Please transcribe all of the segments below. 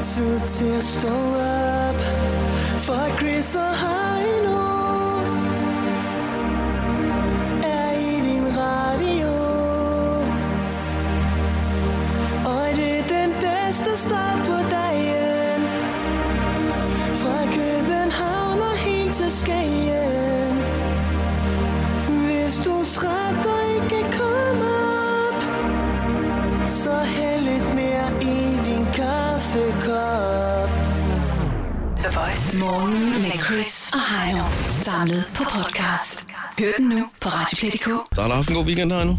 tid til at stå op for Chris og Heino er i din radio. Og det er den bedste start på dagen. Fra København og helt til Skagen. Hvis du er træt og ikke kan komme op, så hæld lidt mere i din kaffekop. The Voice. Morgen med Chris og Heino. Samlet på podcast. Hør den nu på Radioplay.dk. Så har du haft en god weekend her nu?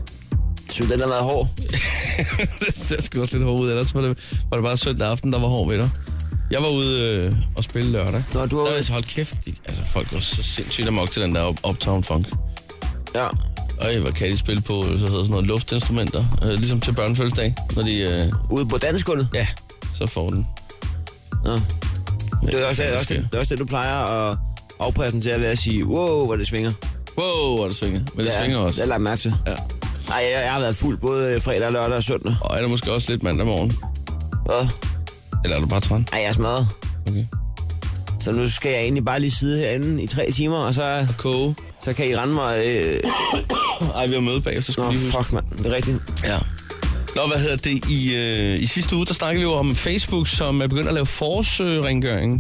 Så den har været hård. Det ser sgu også lidt hårdt ud. Ellers var det bare søndag aften, der var hård ved dig. Jeg var ude og spille lørdag. Nå, du var ude. Hold kæft. Altså, folk går så sindssygt amok til den der Uptown Funk. Ja. Og hvad kan de spille på? Så hedder sådan noget luftinstrumenter. Ligesom til børnefødselsdag. Når de... Ude på dansegulvet? Ja, så får den. Ja. Det er også det, du plejer at afpræsentere ved at sige, wow, hvor det svinger. Wow, hvor det svinger. Men det svinger også. Det er lagt mærke til. Ja. Ej, jeg har været fuld både fredag, lørdag og søndag. Og er der måske også lidt mandag morgen? Hvad? Eller er du bare træt? Ej, jeg er smadret. Okay. Så nu skal jeg egentlig bare lige sidde herinde i 3 timer, og så... Koge. Så kan I rende mig... Ej, vi har møde bagefter, skal lige huske. Fuck, mand. Det er rigtigt. Ja. Nå, hvad hedder det? I sidste uge, der snakkede vi jo om Facebook, som er begyndt at lave forårsrengøring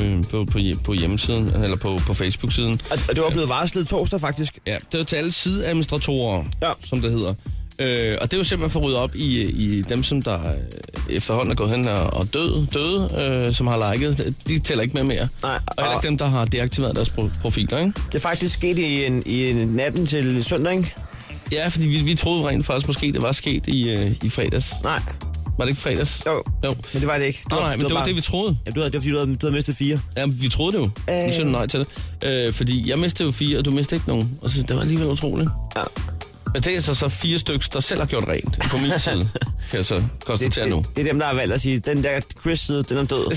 på hjemmesiden, eller på Facebook-siden. Og det var blevet varslet torsdag, faktisk. Ja, det var til alle sideadministratorer, som det hedder. Og det er jo simpelthen for at rydde op i dem, som der efterhånden er gået hen og døde, som har liket. De tæller ikke med mere. Nej, og heller ikke dem, der har deaktiveret deres profiler, ikke? Det er faktisk sket i natten til søndag, ikke? Ja, fordi vi troede rent faktisk måske, det var sket i fredags. Nej. Var det ikke fredags? Jo. Men det var det ikke. Nej, men det var det, vi troede. Ja, det var fordi, du havde mistet 4. Ja, vi troede det jo. Vi sagde nej til det. Fordi jeg mistede jo 4, og du mistede ikke nogen. Og så det var alligevel utroligt. Ja. Men det er så 4 stykker, der selv har gjort rent på min side, kan jeg så konstatere nu. Det er dem, der har valgt at sige, den der Chris-side, den er død.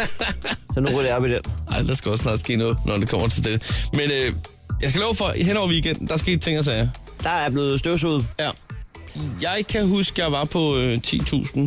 Så nu ryger jeg op i den. Ej, der skal også snart ske noget, når det kommer til det. Men jeg skal love for, hen over weekenden, der skete ting og sager. Der er blevet støvsuget. Ja. Jeg kan huske, jeg var på 10.954.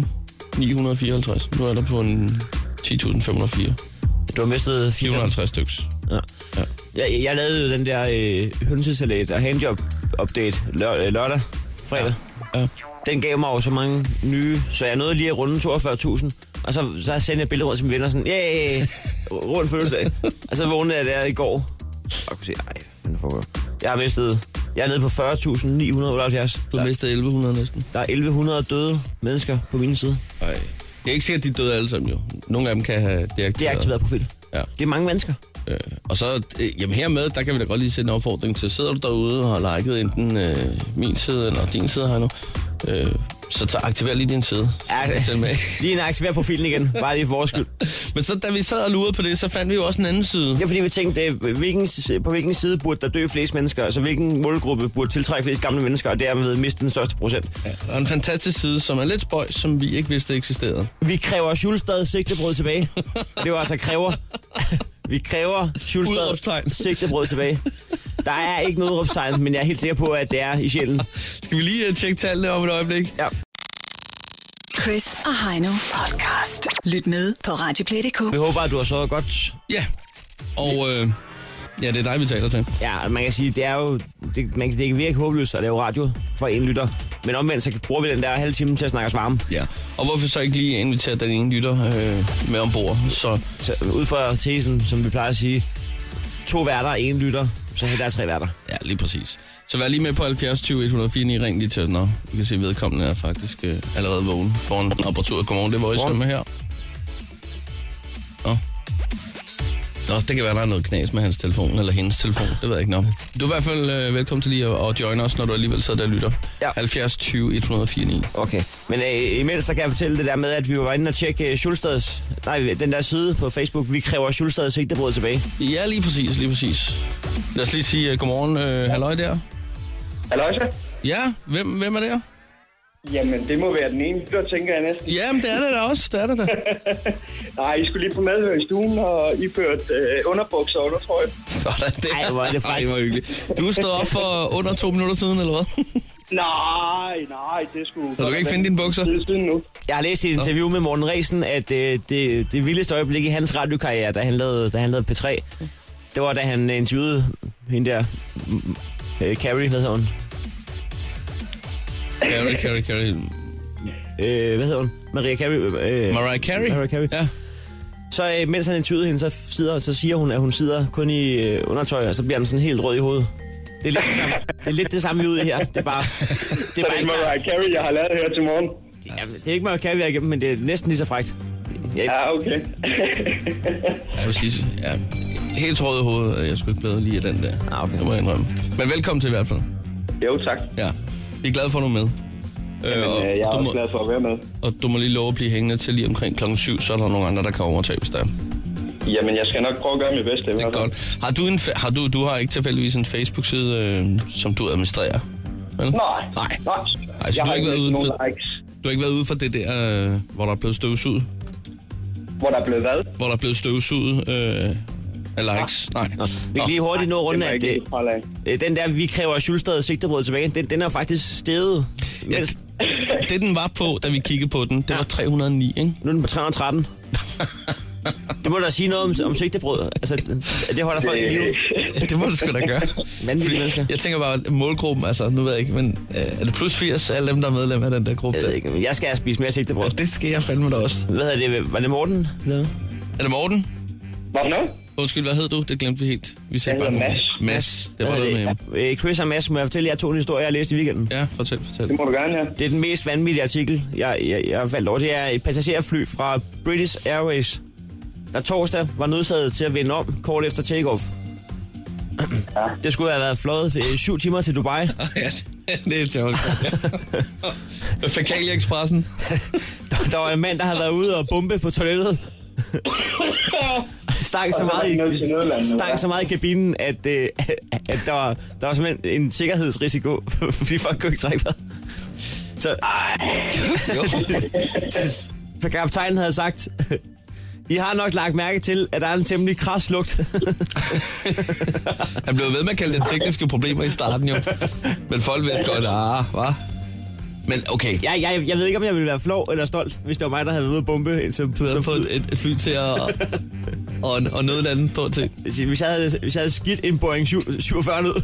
Nu er der på en 10.504. Du har mistet 450 stykker. Ja. Jeg lavede jo den der hønsesalat og handjob-update lørdag, fredag. Ja. Den gav mig jo så mange nye, så jeg nåede lige at runde 42.000. Og så sendte jeg billeder rundt til mine venner sådan, rundt fødselsdag. Og så vågnede jeg der i går. Og kunne se, jeg er nede på 40.978. Du har mistet 1.100 næsten. Der er 1.100 døde mennesker på min side. Ej. Det er ikke sikkert, at de døde alle sammen jo. Nogle af dem kan have deaktiveret profil. Ja. Det er mange mennesker. Og så, jamen hermed, der kan vi da godt lige sætte en opfordring til. Sidder du derude og har liket enten min side eller din side her nu, så aktiver lige din side. Ja, lige en aktiver profilen igen, bare lige for vores skyld. Men så da vi sad og lurede på det, så fandt vi jo også en anden side. Det er fordi vi tænkte, på hvilken side burde der dø flest mennesker, altså hvilken målgruppe burde tiltrække flest gamle mennesker, og dermed miste den største procent. Ja, og en fantastisk side, som er lidt spøjs, som vi ikke vidste eksisterede. Vi kræver Schulstad sigtebrød tilbage. Det var altså kræver. Vi kræver Schulstad sigtebrød tilbage. Der er ikke noget råbstegn, men jeg er helt sikker på, at det er i sjælen. Skal vi lige tjekke tallene om et øjeblik? Ja. Chris og Heino podcast. Lyt med på Radioplay.dk. Vi håber, at du har sovet godt. Ja. Og det er dig, vi taler til. Ja, man kan sige, det er jo... Det kan virke håbløst at lave radio for en lytter. Men omvendt, så bruger vi den der halve time til at snakke os varme. Ja, og hvorfor så ikke lige invitere den ene lytter med ombord? Så ud fra tesen, som vi plejer at sige, 2 værter, 1 lytter, så er der 3 værter. Ja, lige præcis. Så vær lige med på 70 20 104, ring lige til, når vi kan se, at vedkommende er faktisk allerede vågen foran apparaturet. Godmorgen, det var I med her. Nå, det kan være, der er noget knas med hans telefon, eller hendes telefon, det ved jeg ikke noget. Du er i hvert fald velkommen til lige at joine os, når du alligevel sidder der og lytter. Ja. 70 20 104. Okay, men imens så kan jeg fortælle det der med, at vi var inde og tjekke Schulstads, den der side på Facebook, vi kræver Schulstads sigtebrød tilbage. Ja, lige præcis. Lad os lige sige godmorgen, halløj der. Halløjsa? Ja, hvem er der? Jamen, det må være den ene lytter, tænker jeg næsten. Jamen, det er det da også, det er det da. Nej, I skulle lige på medhør i stuen, og I førte underbukser under, tror jeg. Sådan der. Ej, hvor er det faktisk. Ej, hvor hyggeligt. Du stod op for under 2 minutter siden, eller hvad? Nej, det skulle... Så du kan ikke finde dine bukser? Nu. Jeg har læst i et interview med Morten Ræsen, at det vildeste øjeblik i hans radiokarriere, da han lavede P3, det var da han interviewede hende der, Carrie, hvad hedder hun? Carrie. Hvad hedder hun? Mariah Carey? Ja. Så mens han interviewede hende, så siger hun, at hun sidder kun i undertøj, og så bliver han sådan helt rød i hovedet. Det er lidt det samme, vi er ude i her. Det er bare... Det er ikke Mariah Carey, jeg har lavet her til morgen. Det er ikke Mariah Carey, vi har igennem, men det er næsten lige så frækt. Ja, okay. Jeg vil sige, helt rød i hovedet. Jeg skulle ikke bedre lige af den der. Okay. Det må jeg indrømme. Men velkommen til i hvert fald. Jo, tak. Ja. Vi er glade for, at du er med. Jeg er også glad for at være med. Og du må lige love at blive hængende til lige omkring klokken 7, så er der nogle andre, der kan overtage, hvis der er. Jamen, jeg skal nok prøve at gøre mit bedste. Det er godt. Du har ikke tilfældigvis en Facebook-side, som du administrerer? Vel? Nej. Så du har ikke været ude for... Du har ikke været ude for det der, hvor der er blevet støvsuget? Hvor der er blevet hvad? Hvor der er blevet støvsuget likes? Nej. Vi kan lige hurtigt nå rundt af det. Den der, vi kræver Schulstad sigtebrød tilbage, den er faktisk steget. Ja, det den var på, da vi kiggede på den, det var 309, ikke? Nu er den på 313. Det må da sige noget om sigtebrød. Altså, det holder folk i live. Det må du sgu da gøre. Vanvittige mennesker. Jeg tænker bare, målgruppen, altså, nu ved jeg ikke, men er det plus 80, alle dem, der er medlem af den der gruppe? Jeg ved ikke, men jeg skal spise mere sigtebrød. Ja, det skal jeg fandme da også. Hvad hedder det? Var det Morten? Ja. Er det Morten? Hvad nu? Undskyld, hvad hed du? Det glemte vi helt. Vi sagde bare Mads. Det var noget med hjemme. Chris og Mads, må jeg fortælle jer 2 historier, jeg har læst i weekenden? Ja, fortæl. Det må du gerne, ja. Det er den mest vanvittige artikel, jeg har faldt over. Det er et passagerfly fra British Airways, der torsdag var nødsaget til at vende om kort efter takeoff. Ja. Det skulle have været fløjet 7 timer til Dubai. Ja, det er sjovt. Fækalie Expressen. Der var en mand, der havde været ude og bombe på toilettet. Stank så meget i kabinen, at der var simpelthen en sikkerhedsrisiko, fordi folk kunne ikke trække vejret. Så kaptajnen havde sagt, I har nok lagt mærke til, at der er en temmelig kras lugt. Han blev ved med at kalde det tekniske problemer i starten jo. Men folk vidste godt, hvad? Men okay. Jeg ved ikke, om jeg ville være flov eller stolt, hvis det var mig, der havde været ude at bombe. Så du havde fået et fly til at... og nødlanden, stort til. Hvis jeg havde skidt en Boeing 47 ned.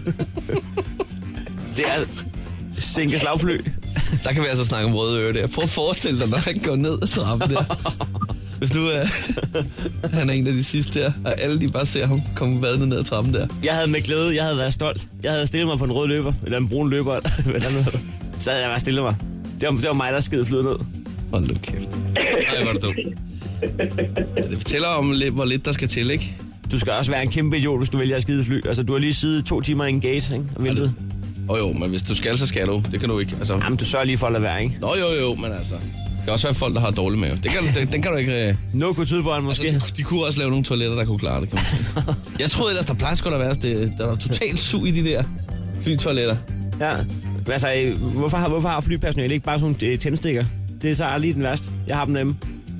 Det er sænke slagfly. Der kan vi altså snakke om røde ører der. Prøv at forestille dig, når han går ned ad trappen der. Hvis nu han er en af de sidste der, og alle de bare ser ham komme vadende ned ad trappen der. Jeg havde med glæde, jeg havde været stolt. Jeg havde stillet mig på en rød løber, eller en brun løber, så havde jeg bare stillet mig. Det var mig, der skede flyet ned. Hold nu kæft. Ej, var det dumt. Det fortæller om, hvor lidt der skal til, ikke? Du skal også være en kæmpe idiot, hvis du vælger at skide fly. Altså, du har lige siddet 2 timer i en gate, ikke? Og ventet. Jo, men hvis du skal, så skal du. Det kan du ikke. Altså... Jamen, du sørger lige for at lade være, ikke? Jo, men altså... Det kan også være folk, der har dårlig mave. Den kan du ikke... Noget kunne tyde på, måske. Altså, de kunne også lave nogle toiletter, der kunne klare det, kan man sige. Jeg troede ellers, der plejer sgu da være, der er totalt sug i de der flytoiletter. Ja. Altså, hvorfor har flypersonale ikke bare sådan nogle tændstikker? Det er så lige den værste. Jeg har dem hjemme.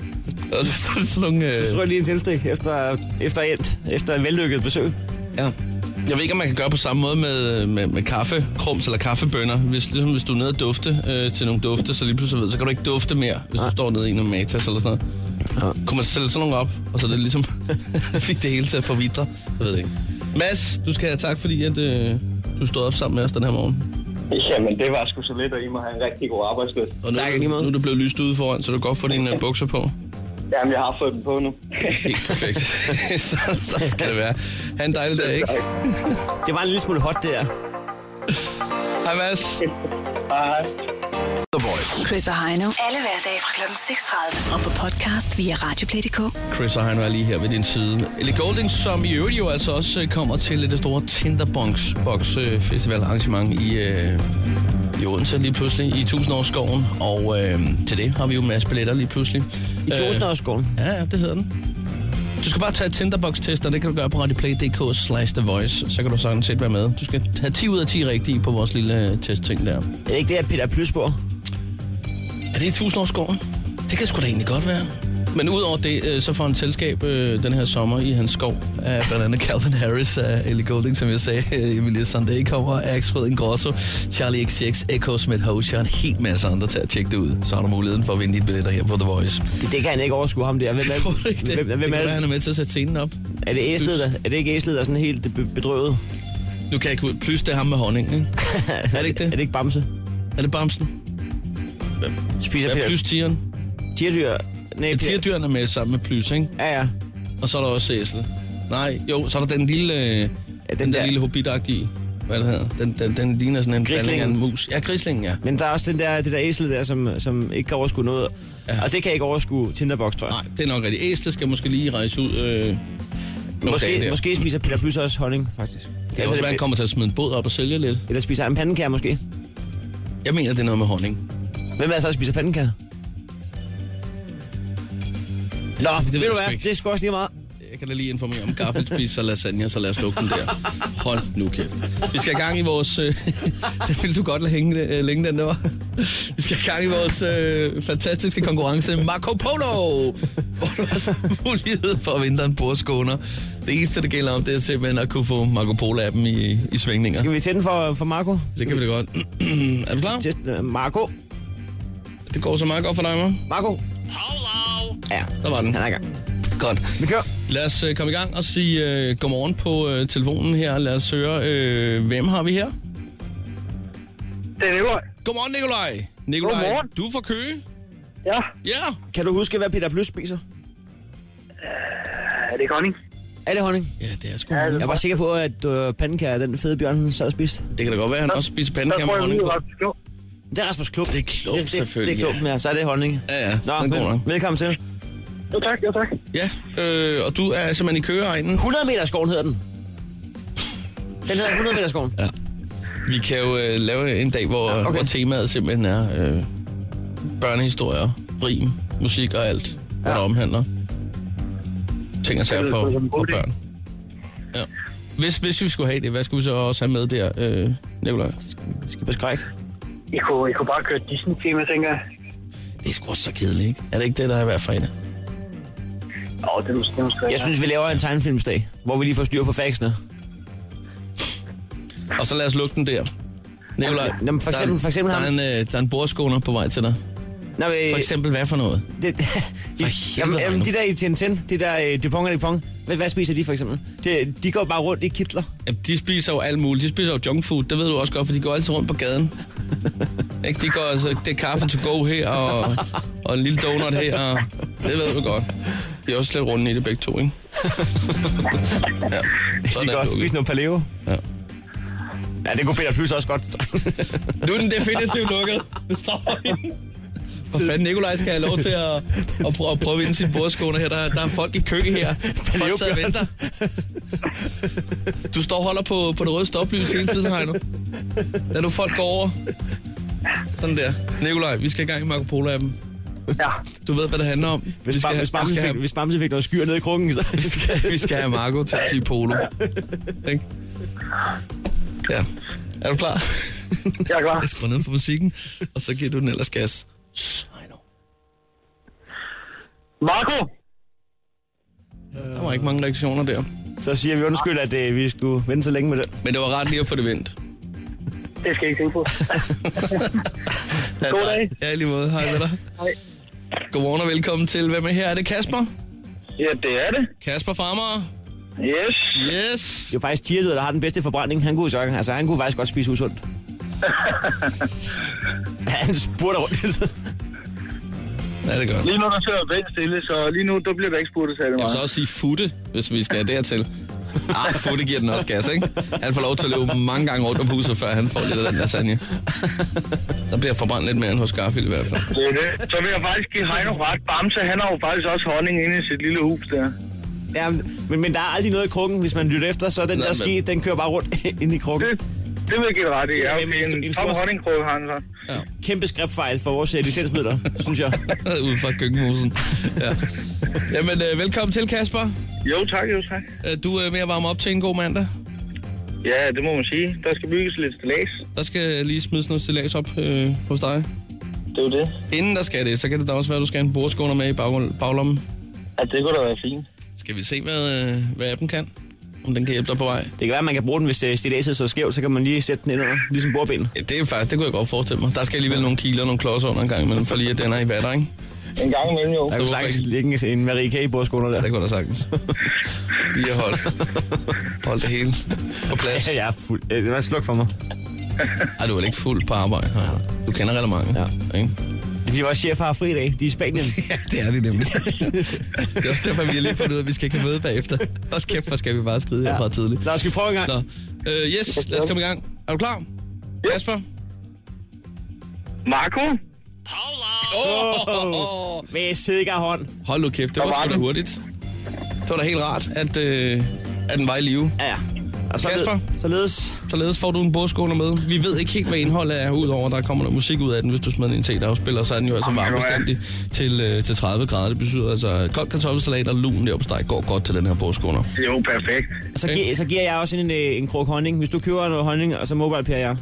Så strøg lige en tændstik efter en vellykket besøg. Ja. Jeg ved ikke, om man kan gøre på samme måde med kaffekrums eller kaffebønner. Hvis du er nede og dufte til nogle dufte, så lige pludselig så kan du ikke dufte mere, hvis du står nede i en Matas eller sådan noget. Kunne man sælge sådan nogle op, og så det ligesom fik det hele til at forvidre. Jeg ved det ikke. Mads, du skal have tak, fordi at, du stod op sammen med os den her morgen. Jamen, det var sgu så lidt, og I må have en rigtig god arbejdsløst. Og nu er du blevet lyst ude foran, så du kan godt få dine bukser på. Jamen, jeg har fået dem på nu. Helt perfekt. så skal det være. Ha' en dejlig dag, ikke? Det var en lille smule hot, det der. Hej, Mads. Hej. The Voice. Chris og Heino. Alle hverdage fra kl. 6:30. Og på podcast via Radioplay.dk. Chris og Heino er lige her ved din side. Ellie Goulding, som i øvrigt jo altså også kommer til det store Tinderbox Festival arrangement i Odense lige pludselig i 1000-årsskoven. Og til det har vi jo en masse billetter lige pludselig. I 1000-årsskoven? Ja, det hedder den. Du skal bare tage et Tinderbox-test, og det kan du gøre på radioplay.dk/The Voice. Så kan du sådan set være med. Du skal have 10 ud af 10 rigtige på vores lille testting der. Er det ikke det, at Peter Plysborg? Er det i 1000-årsskoven? Det kan sgu da egentlig godt være. Men udover det, så får han selskab den her sommer i hans skov af blandt andet Calvin Harris, af Ellie Goulding, som jeg sagde, Emilia Sandé kommer, Axel Ingrosso, Charlie XCX, Echo Smith Hozier, en helt masse andre til at tjekke det ud. Så har du muligheden for at vinde dine billetter her på The Voice. Det kan han ikke overskue ham der. Hvem er det? Han er med til at sætte scenen op. Er det ikke Æslet, der er sådan helt bedrøvet? Nu kan jeg ikke ud. Plus det er ham med honning, ikke? Er det ikke det? Er det ikke Bamse? Er det Bamsen? Spiser er plus tieren? Tierdyr? Nej, tierdyrene er med sammen med plus, ikke? Ja. Og så er der også æsel. Nej, jo, så er der den lille, den der lille hobbitagtige, hvad det hedder. Den ligner sådan en blanding af en mus. Ja, grislingen, ja. Men der er også det der æsel der, som ikke kan overskue noget. Ja. Og det kan ikke overskue Tinderbox, tror jeg. Nej, det er nok rigtigt. Æslet skal måske lige rejse ud måske spiser Peter Plys også honning, faktisk. Det er også, at han kommer til at smide en båd op og sælge lidt. Eller spiser han pandekær, måske? Jeg mener, det er noget med honning. Hvem er det så, der spiser pandekær? Nå, det ved du hvad, det er sgu også lige meget. Jeg kan da lige informere om gaffelspis og lasagne, så lad os lukke den der. Hold nu kæft. Vi skal i gang i vores... den ville du godt lade hænge længe, den der var. Vi skal i gang i vores fantastiske konkurrence Marco Polo, hvor du har så mulighed for at vinde en bordskåner. Det eneste, det gælder om, det er simpelthen at kunne få Marco Polo-appen i svingninger. Skal vi tænde for Marco? Det kan vi da godt. Er du klar? Marco. Det går så meget godt for dig, man. Marco. Ja, der var den. Han er i gang. Godt. Vi kører. Lad os komme i gang og sige godmorgen på telefonen her. Lad os høre, hvem har vi her? Det er Nikolaj. Godmorgen, Nikolaj. Godmorgen. Du er fra Køge? Ja. Ja. Kan du huske, hvad Peter Plys spiser? Er det ikke honning? Er det honning? Ja, det er sgu honning. Jeg var sikker på, at pandekær er den fede bjørn, han sad og spiste. Det kan da godt være, at han også spiser pandekær med honning på. Det er Rasmus Klump. Det er Klump, selvfølgelig. Det er Klump, ja. Så er det honning. Ja. Nå, velkommen til. Jo tak. Ja, og du er simpelthen i Køgeegnen. 100 meter skoven hedder den. Den hedder 100 meter skoven. Ja. Vi kan jo lave en dag, hvor temaet simpelthen er børnehistorier, rim, musik og alt, hvad der omhandler. Ting og sager for børn. Ja. Hvis vi skulle have det, hvad skulle vi så også have med der, Nikolaj? Skal beskrække? I kunne bare køre Disney-tema, tænker jeg. Det er sgu også så kedeligt, ikke? Er det ikke det, der er hver fredag? Det er måske. Jeg synes, vi laver en tegnefilmsdag, hvor vi lige får styr på faxene. Og så lad os lukke den der. Nikolaj, jamen, for eksempel der er en bordskåner på vej til dig. Nå, for eksempel hvad for noget? Jamen, de der i Tintin, de der Dupont og Dupont, hvad spiser de for eksempel? De går bare rundt i kitler. Jamen, de spiser jo alt muligt. De spiser jo junkfood, det ved du også godt, for de går altid rundt på gaden. Ikke? De går altså, det er kaffe to go her, og en lille donut her, og det ved du godt. De er også lidt runde i det begge to, ikke? Ja. De kan også spise noget paleo. Ja. Ja, det kunne Peter Plys også godt. Nu er den definitivt lukket. Nu står vi. For fanden, Nikolaj skal have lov til at prøve at vinde sin bordskåner her. Der er folk i kø her. Folk sidder og venter. Du står og holder på det røde stoplys hele tiden, Heino. Lad nu folk gå over. Sådan der. Nikolaj, vi skal i gang i Marco Polo-appen. Ja. Du ved, hvad det handler om. Hvis Bamse fik noget skyr ned i krukken, så... vi skal have Marco til at sige polo. Ikke? Ja. Er du klar? Jeg er klar. Jeg skruer ned for musikken, og så giver du den ellers gas. Marco! Der var ikke mange reaktioner der. Så siger vi undskyld, at vi skulle vente så længe med det. Men det var ret lige at få det vendt. Det skal jeg ikke tænke på. God dag. Ja, i lige måde. Hej med dig. Hej. Godmorgen og velkommen til. Hvem er her? Er det Kasper? Ja, det er det. Kasper Farmer. Yes. Yes. Det er faktisk Tierdyr, der har den bedste forbrænding. Han kunne faktisk godt spise usundt. Han spurgte rundt. Ja, det gør. Lige nu der sidder Bent stille, så lige nu der bliver der ikke spurgt særlig meget. Jeg vil så også sige futte, hvis vi skal dertil. Futte giver den også gas, ikke? Han får lov til at løbe mange gange rundt om huset, før han får lidt af den lasagne. Der bliver forbrændt lidt mere end hos Garfield i hvert fald. Det er det. Så vil jeg faktisk give Heino ret. Bamse, han har jo faktisk også honning inde i sit lille hus der. Ja, men der er aldrig noget i krukken, hvis man lytter efter, så den der ski, den kører bare rundt ind i krukken. Det vil jeg give ret i. Ja, en tom honningkrukke har han så. Ja. Kæmpe skriftfejl for vores licensmidler, synes jeg. Ude fra køkkenhusen. Ja. Jamen, velkommen til, Kasper. Jo tak. Du er ved at varme op til en god mandag. Ja, det må man sige. Der skal bygges lidt stillads. Der skal lige smides noget stillads op hos dig. Det er jo det. Inden der skal det, så kan det da også være, at du skal have en bordskåner med i baglommen. Ja, det kunne da være fint. Skal vi se, hvad appen kan? Om den kan hjælpe dig på vej? Det kan være, at man kan bruge den, hvis stilæset så skævt, så kan man lige sætte den ind under, ligesom bordbenet. Ja, det kunne jeg godt forestille mig. Der skal alligevel nogle kiler og nogle klodser under en gang imellem, for lige at den er i vatter, ikke? En gang imellem, jo. Der kunne sagtens ligge en Marie K. bordskåner der. Det kunne der sagtens. Lige at holde det hele på plads. Ja, jeg er fuld. Det var sluk for mig. Ej, du er vel ikke fuld på arbejde. Du kender reglementet. Ja. Ikke? Det er fordi vores chefer har fri i dag. De er i Spanien. Ja, det er de nemlig. Det er også derfor, vi har lige fundet ud af, at vi skal ikke have møde bagefter. Også kæft, for skal vi bare skride herfra tidligt. Lad os prøve en gang. Yes, lad os komme i gang. Er du klar? Kasper? Marco? Med sikker hånd. Hold nu kæft, det var sgu da hurtigt. Det var da helt rart, at den var i live. Ja. Og Kasper? Således får du en bordskåner med. Vi ved ikke helt, hvad indholdet er, udover der kommer noget musik ud af den. Hvis du smider den i en teafspiller, så er den jo altså varmebestandig til 30 grader. Det betyder altså, kold kartoffelsalat og lun leverpostej går godt til den her bordskåner. Det er jo perfekt. Og så giver jeg også en krog honning. Hvis du køber noget honning, og så mobile jeg.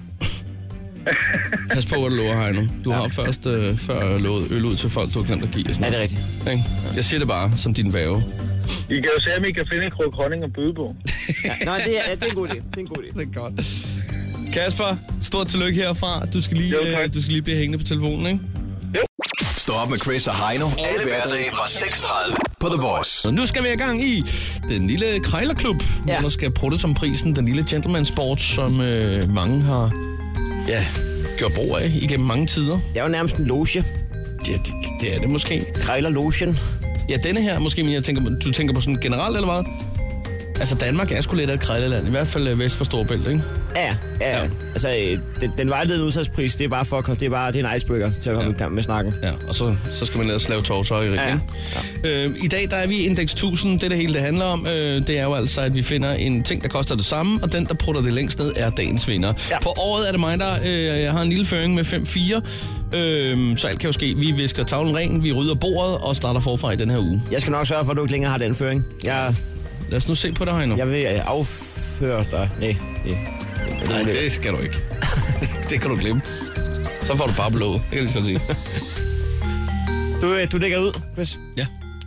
Pas på, hvad du lover, Heino. Du har først før lovet øl ud til folk, du har glemt at give. Ja, det er rigtigt. Jeg siger det bare som din værge. I kan jo se, om I kan finde en krog honning og byde på. Nej, det er en god idé. Det er godt. Kasper, stort tillykke herfra. Du skal lige blive hængende på telefonen, ikke? Jo. Stå op med Chris og Heino. Alle hverdage fra 6:30 på The Voice. Og nu skal vi i gang i den lille krejlerklub, hvor der skal pruttes om prisen. Den lille gentleman sport, som mange har gjort brug af igennem mange tider. Det er jo nærmest en loge. Ja, det er det måske. Krejlerlogen. Ja, denne her måske, men du tænker på sådan generelt, eller hvad? Altså, Danmark er sgu lidt af et krejlerland, i hvert fald vest for Storebælt, ikke? Ja. Altså, den vejledende udsatspris, det er en icebreaker til at komme i kamp med snakken. Ja, og så skal man ellers lave tårtøj i ryggen. Ja. I dag, der er vi i Index 1000. Det hele det handler om, det er jo altså, at vi finder en ting, der koster det samme, og den, der prutter det længst ned, er dagens vinder. Ja. På året er det mig, der har en lille føring med 5-4. Så alt kan jo ske. Vi visker tavlen ren, vi rydder bordet og starter forfra i den her uge. Jeg skal nok sørge for, at du ikke længere har den føring. Lad os nu se på det, Heino. Jeg vil afføre dig. Nej, det skal du ikke. Det kan du glemme. Så får du bare blodet. Det kan jeg lige sige. Du lægger ud, Chris? Ja.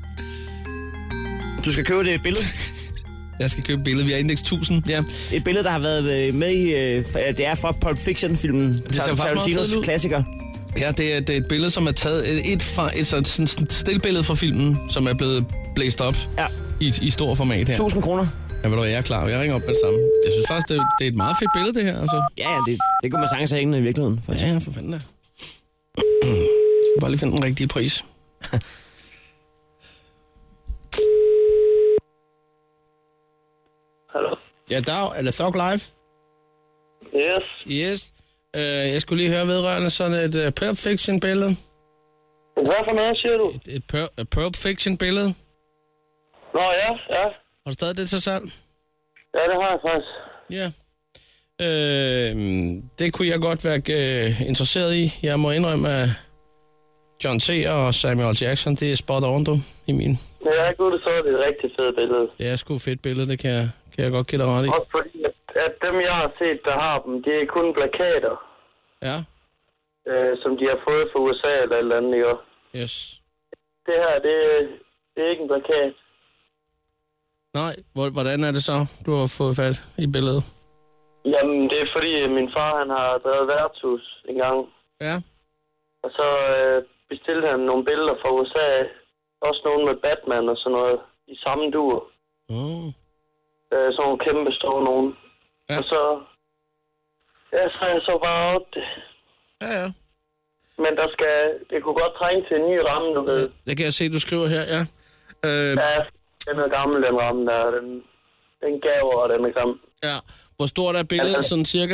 Du skal købe det billede? Jeg skal købe et billede. Vi er Index 1000. Ja. Et billede, der har været med i... det er fra Pulp Fiction-filmen. Det ser Tarantinos klassiker. Ja, det er et billede, som er taget et stillbillede fra filmen, som er blevet blæst op i stor format her. 1000 kroner. Ja, ved du, jeg er klar. Jeg ringer op med det samme. Jeg synes faktisk, det er et meget fedt billede, det her. Altså. Ja, det kunne man sagtens have hængende i virkeligheden. Faktisk. Ja, for fanden da. Jeg skal bare lige finde den rigtige pris. Hallo? Ja, Dag. Er det Thug Live? Yes. Jeg skulle lige høre vedrørende sådan et Pulp Fiction-billede. Hvad for noget, siger du? Et Pulp Fiction-billede. Nå, ja. Har du stadig det til salg? Ja, det har jeg faktisk. Ja. Det kunne jeg godt være interesseret i. Jeg må indrømme, at John T. og Samuel Jackson, det er spot on, du, i min. Ja, gud, så er det et rigtig fedt billede. Det er sgu et fedt billede, det kan jeg godt give dig ret i. Også fordi, at dem, jeg har set, der har dem, det er kun plakater. Ja. Som de har fået fra USA eller et eller andet, ikke? Yes. Det her, det er ikke en plakat. Nej, hvordan er det så, du har fået fat i billedet? Jamen, det er fordi, min far, han har drevet værtshus en gang. Ja. Og så bestilte han nogle billeder fra USA. Også nogle med Batman og sådan noget. I samme dur. Sådan nogle kæmpe store nogen. Ja. Og så... Ja, så er jeg så bare op det. Ja. Men det kunne godt trænge til en ny ramme, du ved. Det kan jeg se, du skriver her, ja. Ja, den er gammel, den ramme der. Den gav og den er gammel. Ja. Hvor stort er billedet, sådan cirka?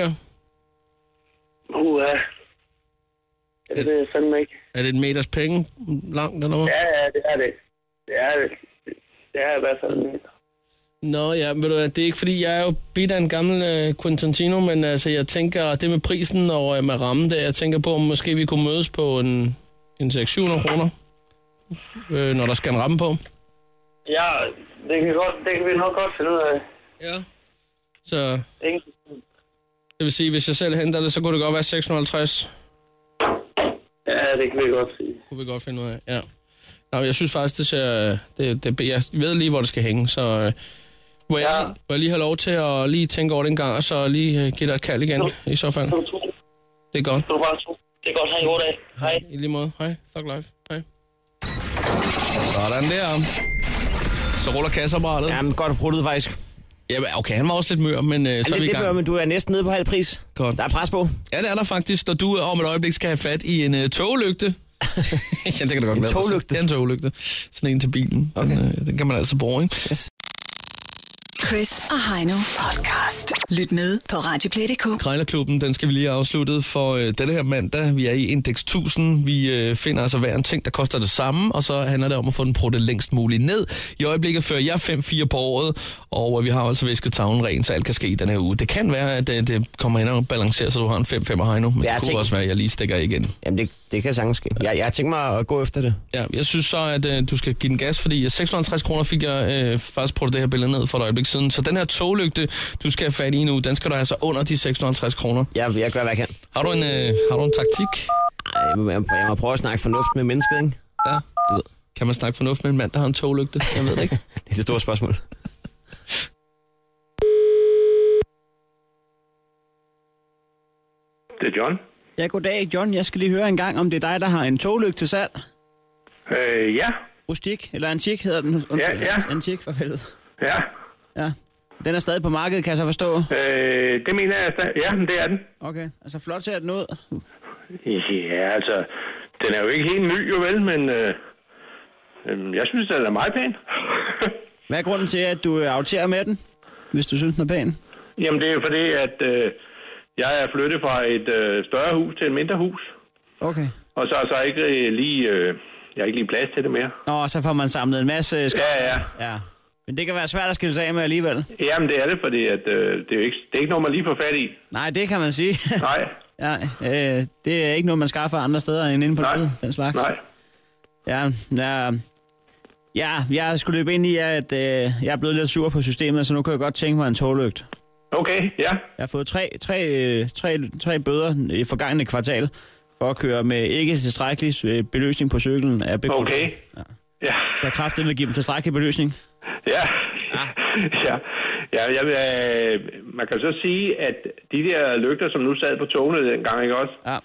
Ja. Det ved jeg fandme ikke. Er det en meters penge langt eller noget? Ja, det er det. Det er i hvert fald en meter. Nå ja, ved du hvad, det er ikke fordi, jeg er jo bidt af en gammel Quentin Tarantino, men altså, jeg tænker, det med prisen og med rammen der, jeg tænker på, om måske vi kunne mødes på en 600-700 kroner, når der skal en ramme på. Ja, det kan vi nok godt finde ud af. Ja. Så det vil sige, hvis jeg selv henter det, så kunne det godt være 650. Ja, Ja, det kan vi godt sige. Kunne vi godt finde ud af, ja. Nå, jeg synes faktisk, det ser... jeg ved lige, hvor det skal hænge, så... Må jeg lige have lov til at lige tænke over det en gang, og så lige give dig et kald igen, i så fald. Det er godt. Det er godt. Ha' en god dag. Hej. I lige måde. Hej. Thug Life. Hej. Sådan der. Så ruller kasseapparatet. Jamen, godt pruttet faktisk. Ja, okay, han var også lidt mør, men så er vi i gang. Men du er næsten nede på halv pris. Godt. Der er pres på. Ja, det er der faktisk, når du om et øjeblik skal have fat i en toglygte. Ja, det kan da godt være. En toglygte? Det er en toglygte. Sådan en til bilen. Okay. Den kan man altså bruge, ikke? Yes. Chris og Heino podcast. Lyt med på Radioplay.dk. Krejlerklubben, den skal vi lige have afsluttet for denne her mandag. Vi er i Index 1000. Vi finder altså hver en ting, der koster det samme, og så handler det om at få den pruttet længst muligt ned. I øjeblikket fører jeg 5-4 på året, og vi har altså visket tavlen ren, så alt kan ske i den her uge. Det kan være, at det kommer ind og balancerer, så du har en 5-5 Heino, men det kunne også være, at jeg lige stikker igen. Jamen, det kan sagtens ske. Jeg har tænkt mig at gå efter det. Ja, jeg synes så, at du skal give den gas, fordi 650 kroner fik jeg faktisk pruttet det her billede ned for et øjeblik siden. Så den her toglygte, du skal have fat i nu, den skal du have så under de 650 kroner. Jeg gør, hvad jeg kan. Har du en taktik? Jeg må prøve at snakke fornuft med mennesket, ikke? Ja, du ved. Kan man snakke fornuft med en mand, der har en toglygte? Jeg ved det ikke. Det er det store spørgsmål. Det er John. Ja, goddag, John. Jeg skal lige høre en gang, om det er dig, der har en toglygte til salg. Ja. Rustik, eller antik hedder den. Undskyld, ja. Antik, for helvede. Ja. Ja. Den er stadig på markedet, kan jeg så forstå? Det mener jeg, ja, det er den. Okay, altså flot ser den ud. Ja, altså, den er jo ikke helt ny, jo vel, men jeg synes, den er meget pæn. Hvad er grunden til, at du aftager med den, hvis du synes, den er pæn? Jamen, det er jo fordi, at jeg er flyttet fra et større hus til et mindre hus. Okay. Og så er så ikke lige, jeg har ikke lige plads til det mere. Nå, så får man samlet en masse Ja. Men det kan være svært at skille sig af med alligevel. Jamen, det er det, fordi at, det er ikke noget, man lige får fat i. Nej, det kan man sige. Nej. Ja, det er ikke noget, man skaffer andre steder end inde på nettet, den slags. Nej. Ja, jeg skulle løbe ind i, at jeg er blevet lidt sur på systemet, så nu kan jeg godt tænke mig en toglygt. Okay, ja. Jeg har fået tre bøder i forgangne kvartal for at køre med ikke tilstrækkelig beløsning på cyklen. Okay. Ja. Så jeg kraftigt vil give dem tilstrækkelig beløsning. Ja. Man kan så sige, at de der lygter, som nu sad på togene dengang, ikke også? Ja.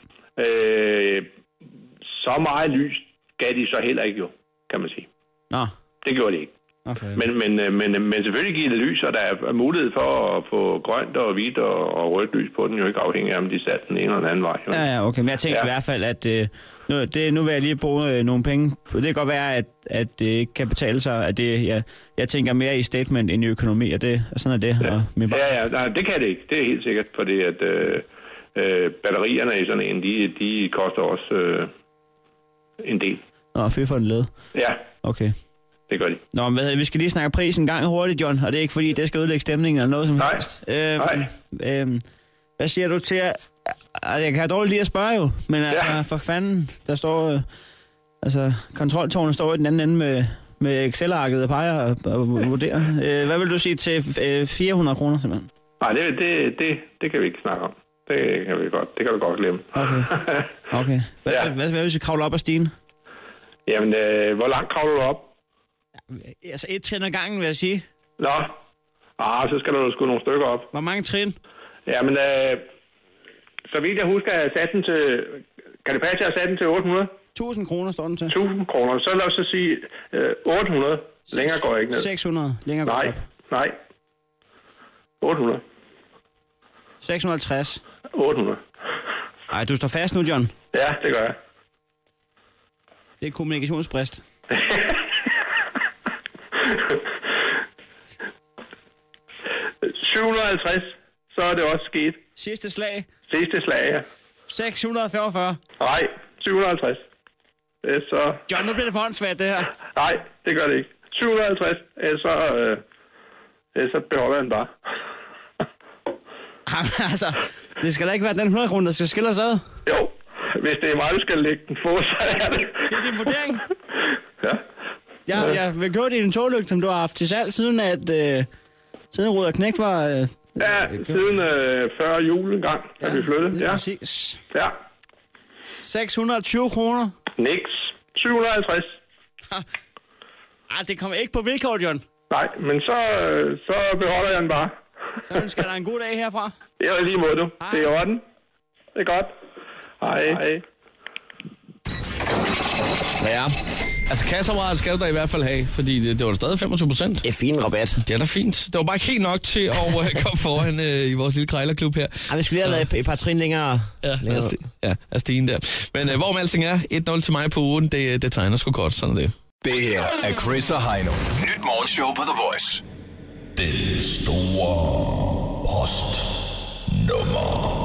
Så meget lys gav de så heller ikke jo, kan man sige. Nå. Det gjorde de ikke. Men selvfølgelig giver det lys, og der er mulighed for at få grønt og hvidt og rødt lys på den, jo ikke afhængig af, om de satte den ene eller den anden vej. Jo. Ja, okay. Men jeg tænker i hvert fald, at nu vil jeg lige bruge nogle penge. Det kan godt være, at det ikke kan betale sig. At jeg tænker mere i statement end i økonomi, og sådan er det. Ja. Nej, det kan det ikke. Det er helt sikkert, fordi at batterierne i sådan en, de koster også en del. Nå, fy for en led. Ja. Okay. Det gør de. Nå, vi skal lige snakke prisen en gang hurtigt, John, og det er ikke fordi, det skal ødelægge stemningen eller noget som helst. Hvad siger du til at... Jeg kan dårligt lige at spørge jo, men altså, for fanden, der står... kontroltårnet står i den anden ende med Excel-arket og peger og vurderer. Hvad vil du sige til 400 kroner simpelthen? Nej, det kan vi ikke snakke om. Det kan du godt glemme. Okay. Hvad hvis vi kravler op ad stigen? Jamen, hvor langt kravler du op? Altså 1 trin ad gangen, vil jeg sige. Nå. Så skal du sgu nogle stykker op. Hvor mange trin? Jamen, så vidt jeg husker, at jeg sat den til... Kan det passe, at jeg har sat den til 800? 1000 kroner står den til. 1000 kroner. Så lad os så sige 800. Længere går jeg ikke ned. 600. Længere går jeg op. Nej. 800. 650. 800. Ej, du står fast nu, John. Ja, det gør jeg. Det er kommunikationsbrist. $750, så er det også sket. Sidste slag? Sidste slag, ja. 645? Nej, 750. Det er så... John, nu bliver det for håndsvært, det her. Nej, det gør det ikke. 750, så beholder jeg den bare. Altså, det skal da ikke være den 100 kroner, der skal skille os ad. Jo, hvis det er mig, du skal lægge den på, så er det. Det er din vurdering? Ja. Jeg vil gøre det i en toglygte, som du har haft til salg, siden Ruder Knægt var... siden før jul en gang, da vi flyttede. Ja, præcis. Ja. 620 kroner. Niks. 750. Det kommer ikke på vilkår, John. Nej, men så beholder jeg den bare. Så ønsker jeg dig en god dag herfra. Det er lige måde, du. Hej. Det er i orden. Det er godt. Hej. Ja, altså kasseapparat skal du da i hvert fald have, fordi det var da stadig 25%. Det er fin rabat. Det er da fint. Det var bare ikke helt nok til at komme foran i vores lille krejlerklub her. Vi skal lige have lavet et par trin længere. af stigen der. Men hvorom alting er, 1-0 til mig på ugen, det tegner sgu godt, sådan er det. Det her er Chris og Heino. Nyt morgenshow på The Voice. Det store postnummer.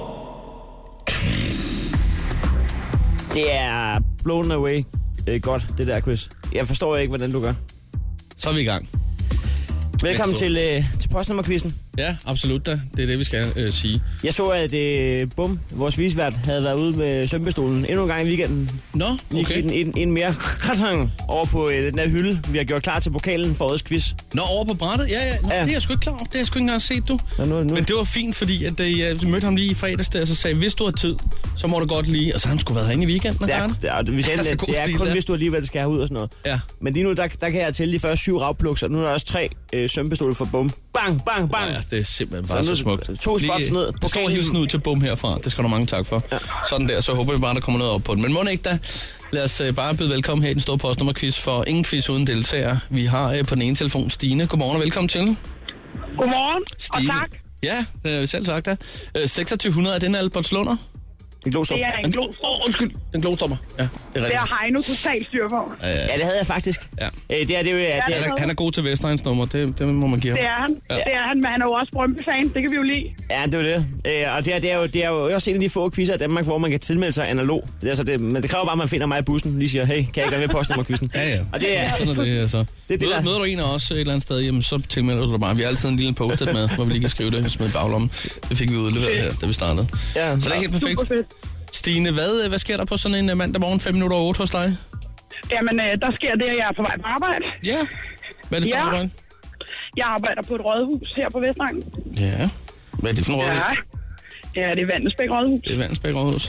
Quiz. Det er blown away. Godt, det der quiz. Jeg forstår ikke, hvordan du gør. Så er vi i gang. Velkommen til postnummerquizzen. Ja, absolut da. Det er det, vi skal sige. Jeg så, at vores visvært havde været ude med sømpestolen endnu en gang i weekenden. Nå, okay. En mere karton over på den der hylde, vi har gjort klar til pokalen for årets quiz. Nå, over på brættet? Ja. Nå, det er jeg sgu ikke klar over. Det har jeg sgu ikke engang set, du. Nu. Men det var fint, fordi at, jeg mødte ham lige i fredags der, og så sagde, hvis du har tid, så må du godt lige... Og så har han sgu været herinde i weekenden. Vi sagde, det er kun, hvis du alligevel skal herud og sådan noget. Ja. Men lige nu, der kan jeg tælle de første 7 ravpluks, og nu er der også 3 sømpestoler for bum. Bang, bang, bang. Ja, det er simpelthen bare så smukt. 2 spots ned. Det står hilsen ud til Bum herfra. Det skal du mange tak for. Ja. Sådan der, så håber vi bare, der kommer noget op på den. Men må ikke da. Lad os bare byde velkommen her i den store postnummerquiz, for ingen quiz uden deltager. Vi har på den ene telefon Stine. Godmorgen og velkommen til. Godmorgen, Stine. og tak. Ja, selv tak da. 2600, er den Albertslunder? En glostop. Det er en glostop. Undskyld, en glostopper. Ja, det er rigtigt. Det har Heino totalt styr på. Ja, det havde jeg faktisk. Ja. Han er god til Vestegns nummer, det må man give ham. Det er han. Ja. Det er han, men han er jo også Brøndby-fan. Det kan vi jo lide. Ja, det er det. Og det er jo også en af de få quizzer i Danmark, hvor man kan tilmelde sig analog. Men det kræver bare, at man finder mig i bussen og lige siger, hey, kan jeg ikke være med på postnummerquizzen? Ja. Og det er sådan er det, altså. Møder du en af os et eller andet sted, jamen, så tilmelder du dig bare. Vi har altid en lille post-it med, hvor vi lige kan skrive det, hvis med baglommen. Det fik vi udleveret her, da vi startede. Ja, så det er helt perfekt. Stine, hvad sker der på sådan en mandag morgen 5:08 hos dig? Jamen, der sker det, at jeg er på vej på arbejde. Ja. Hvad er det for arbejde? Jeg arbejder på et rådhus her på Vestegnen. Ja. Hvad er det for et rådhus? Ja, det er Vandensbæk Rådhus. Det er Vandensbæk Rådhus.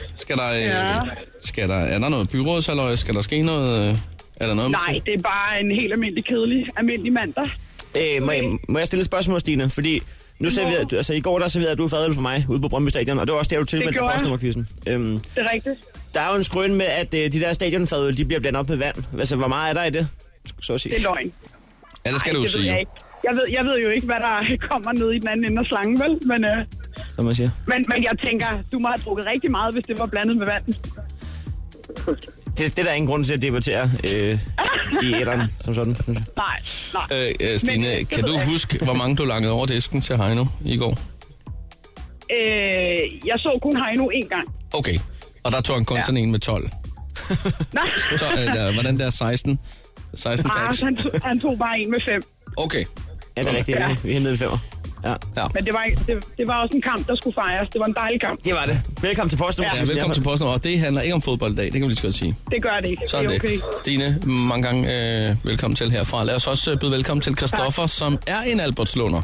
Er der noget byrådshalløj? Skal der ske noget? Er der noget? Nej, det er bare en helt almindelig mandag. Må jeg stille et spørgsmål, Stine? Fordi nu i går der serverede du fadøl for mig ude på Brøndby Stadion, og det var også der, du tilmeldte til postnummerquizzen. Det er rigtigt. Der er jo en skrøn med, at de der stadionfadøl, de bliver blandet op med vand. Altså, hvor meget er der i det? Så at sige. Det er løgn. Ja, det skal du sige. Jeg ved jo ikke, hvad der kommer ned i den anden ende af slangen, vel? Men, som man siger. Men jeg tænker, du må have drukket rigtig meget, hvis det var blandet med vand. Det er der ingen grund til at debattere i æderen, som sådan. Nej. Stine, kan du huske, hvor mange du langede over disken til Heino i går? Jeg så kun Heino én gang. Okay, og der tog han kun sådan en med 12. Nej. Hvordan der 16 packs? Han tog bare en med 5. Okay. Ja, det er rigtigt. Ja. Vi hentede 5'er. Ja. Men det var også en kamp, der skulle fejres. Det var en dejlig kamp. Det var det. Velkommen til postnummer. Ja, velkommen til postnummer. Og det handler ikke om fodbold i dag, det kan vi lige så godt sige. Det gør det ikke. Så er det okay. Stine, mange gange velkommen til herfra. Lad os også byde velkommen til Christoffer, som er en Albertslunder.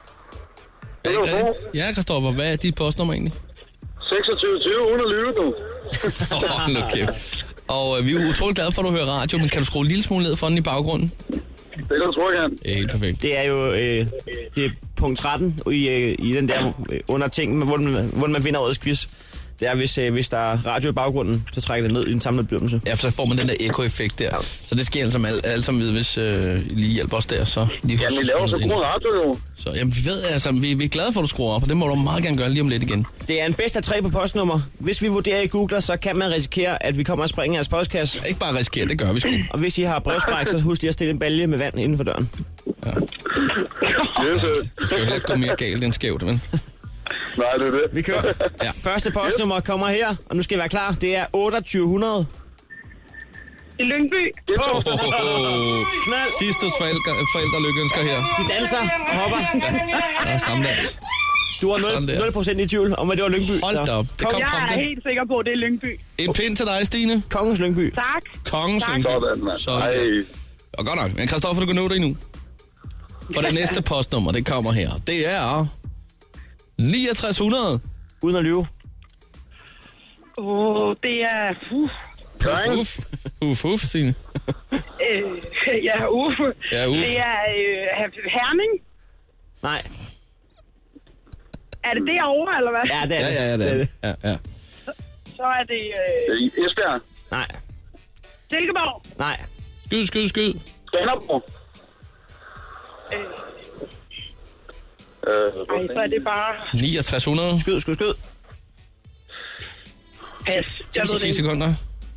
Ja, Christoffer, hvad er dit postnummer egentlig? 2620, uden at lyve nu. Okay. Og vi er utrolig glade for, at du hører radio, men kan du skrue en lille smule ned for den i baggrunden? Det kan du tro, jeg kan. Helt perfekt. Det er jo det er punkt 13 i den der under ting, hvor man vinder årets quiz. Det er, hvis der er radio i baggrunden, så trækker det ned i en samlet bedømmelse. Ja, for så får man den der echo-effekt der. Så det sker alle sammen ved, hvis lige hjælper os der, så lige jamen, vi laver så god radio jo. Så jamen, vi ved, altså, vi er glade for, at du skruer op, og det må du meget gerne gøre lige om lidt igen. Det er en bedst af 3 på postnummer. Hvis vi vurderer i Google, så kan man risikere, at vi kommer og springer jeres postkasse. Ikke bare risikere, det gør vi sgu. Og hvis I har brevspræk, så husk lige at stille en balje med vand inden for døren. Ja. Det skal jo heller ikke gå mere galt end skævt, men... Nej, det er det. Vi kører. Ja. Første postnummer kommer her, og nu skal I være klar. Det er 2800. I Lyngby. Knald. Sidste forældre lykkeønsker her. De danser og hopper. Ja, der er stamdans. Du var 0% i tvivl om, at det var Lyngby. Hold da op. Jeg er helt sikker på, at det er Lyngby. En pind til dig, Stine. Kongens Lyngby. Tak. Kongens Lyngby. Sådan. Og godt nok. Men Christoffer, du kan nå det endnu. For det næste postnummer, det kommer her. Det er... 6900. Uden at lyve. Det er... Uf, Signe. Ja, Uf. Ja, Uf. Det er Herning. Nej. Er det derovre, eller hvad? Ja, det er det. Ja, det er det. Ja. Så er det... Esbjerg. Nej. Silkeborg. Nej. Skyd. Skanderborg. Så er det bare... 6900. Skyd. Pas. Jeg ved det 10 ikke. sekunder.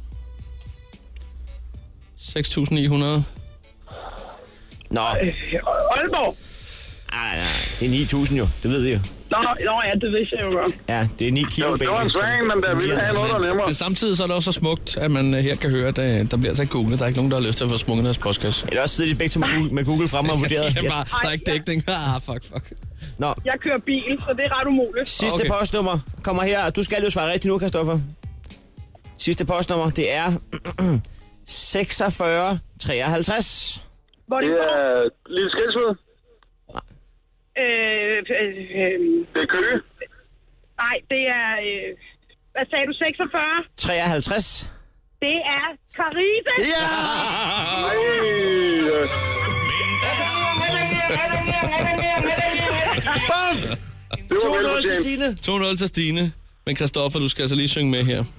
6900. Nå. Aalborg. Nej, det er 9.000 jo. Det ved I jo. Nå, ja, det vidste jeg jo godt. Ja, det er 9 kilo. Det var en svang, men der ville have noget, der nemmere. Men samtidig så er det også så smukt, at man her kan høre, at der bliver altså ikke googlet. Der er ikke nogen, der har lyst til at få smukket deres postkasse. Eller også sidder de begge to med Google frem og vurderet. Der er ikke dækning. Fuck. Nå. Jeg kører bil, så det er ret umuligt. Sidste postnummer kommer her. Du skal jo svare rigtigt nu, Christoffer. Sidste postnummer, det er 4653. Hvor Det er Lille Skældsved. Det er Køge. Nej, det er... hvad sagde du? 46? 53. Det er Karise. Ja! Bum! 2-0 til Stine. 2-0 til Stine. Men Christoffer, du skal altså lige synge med her.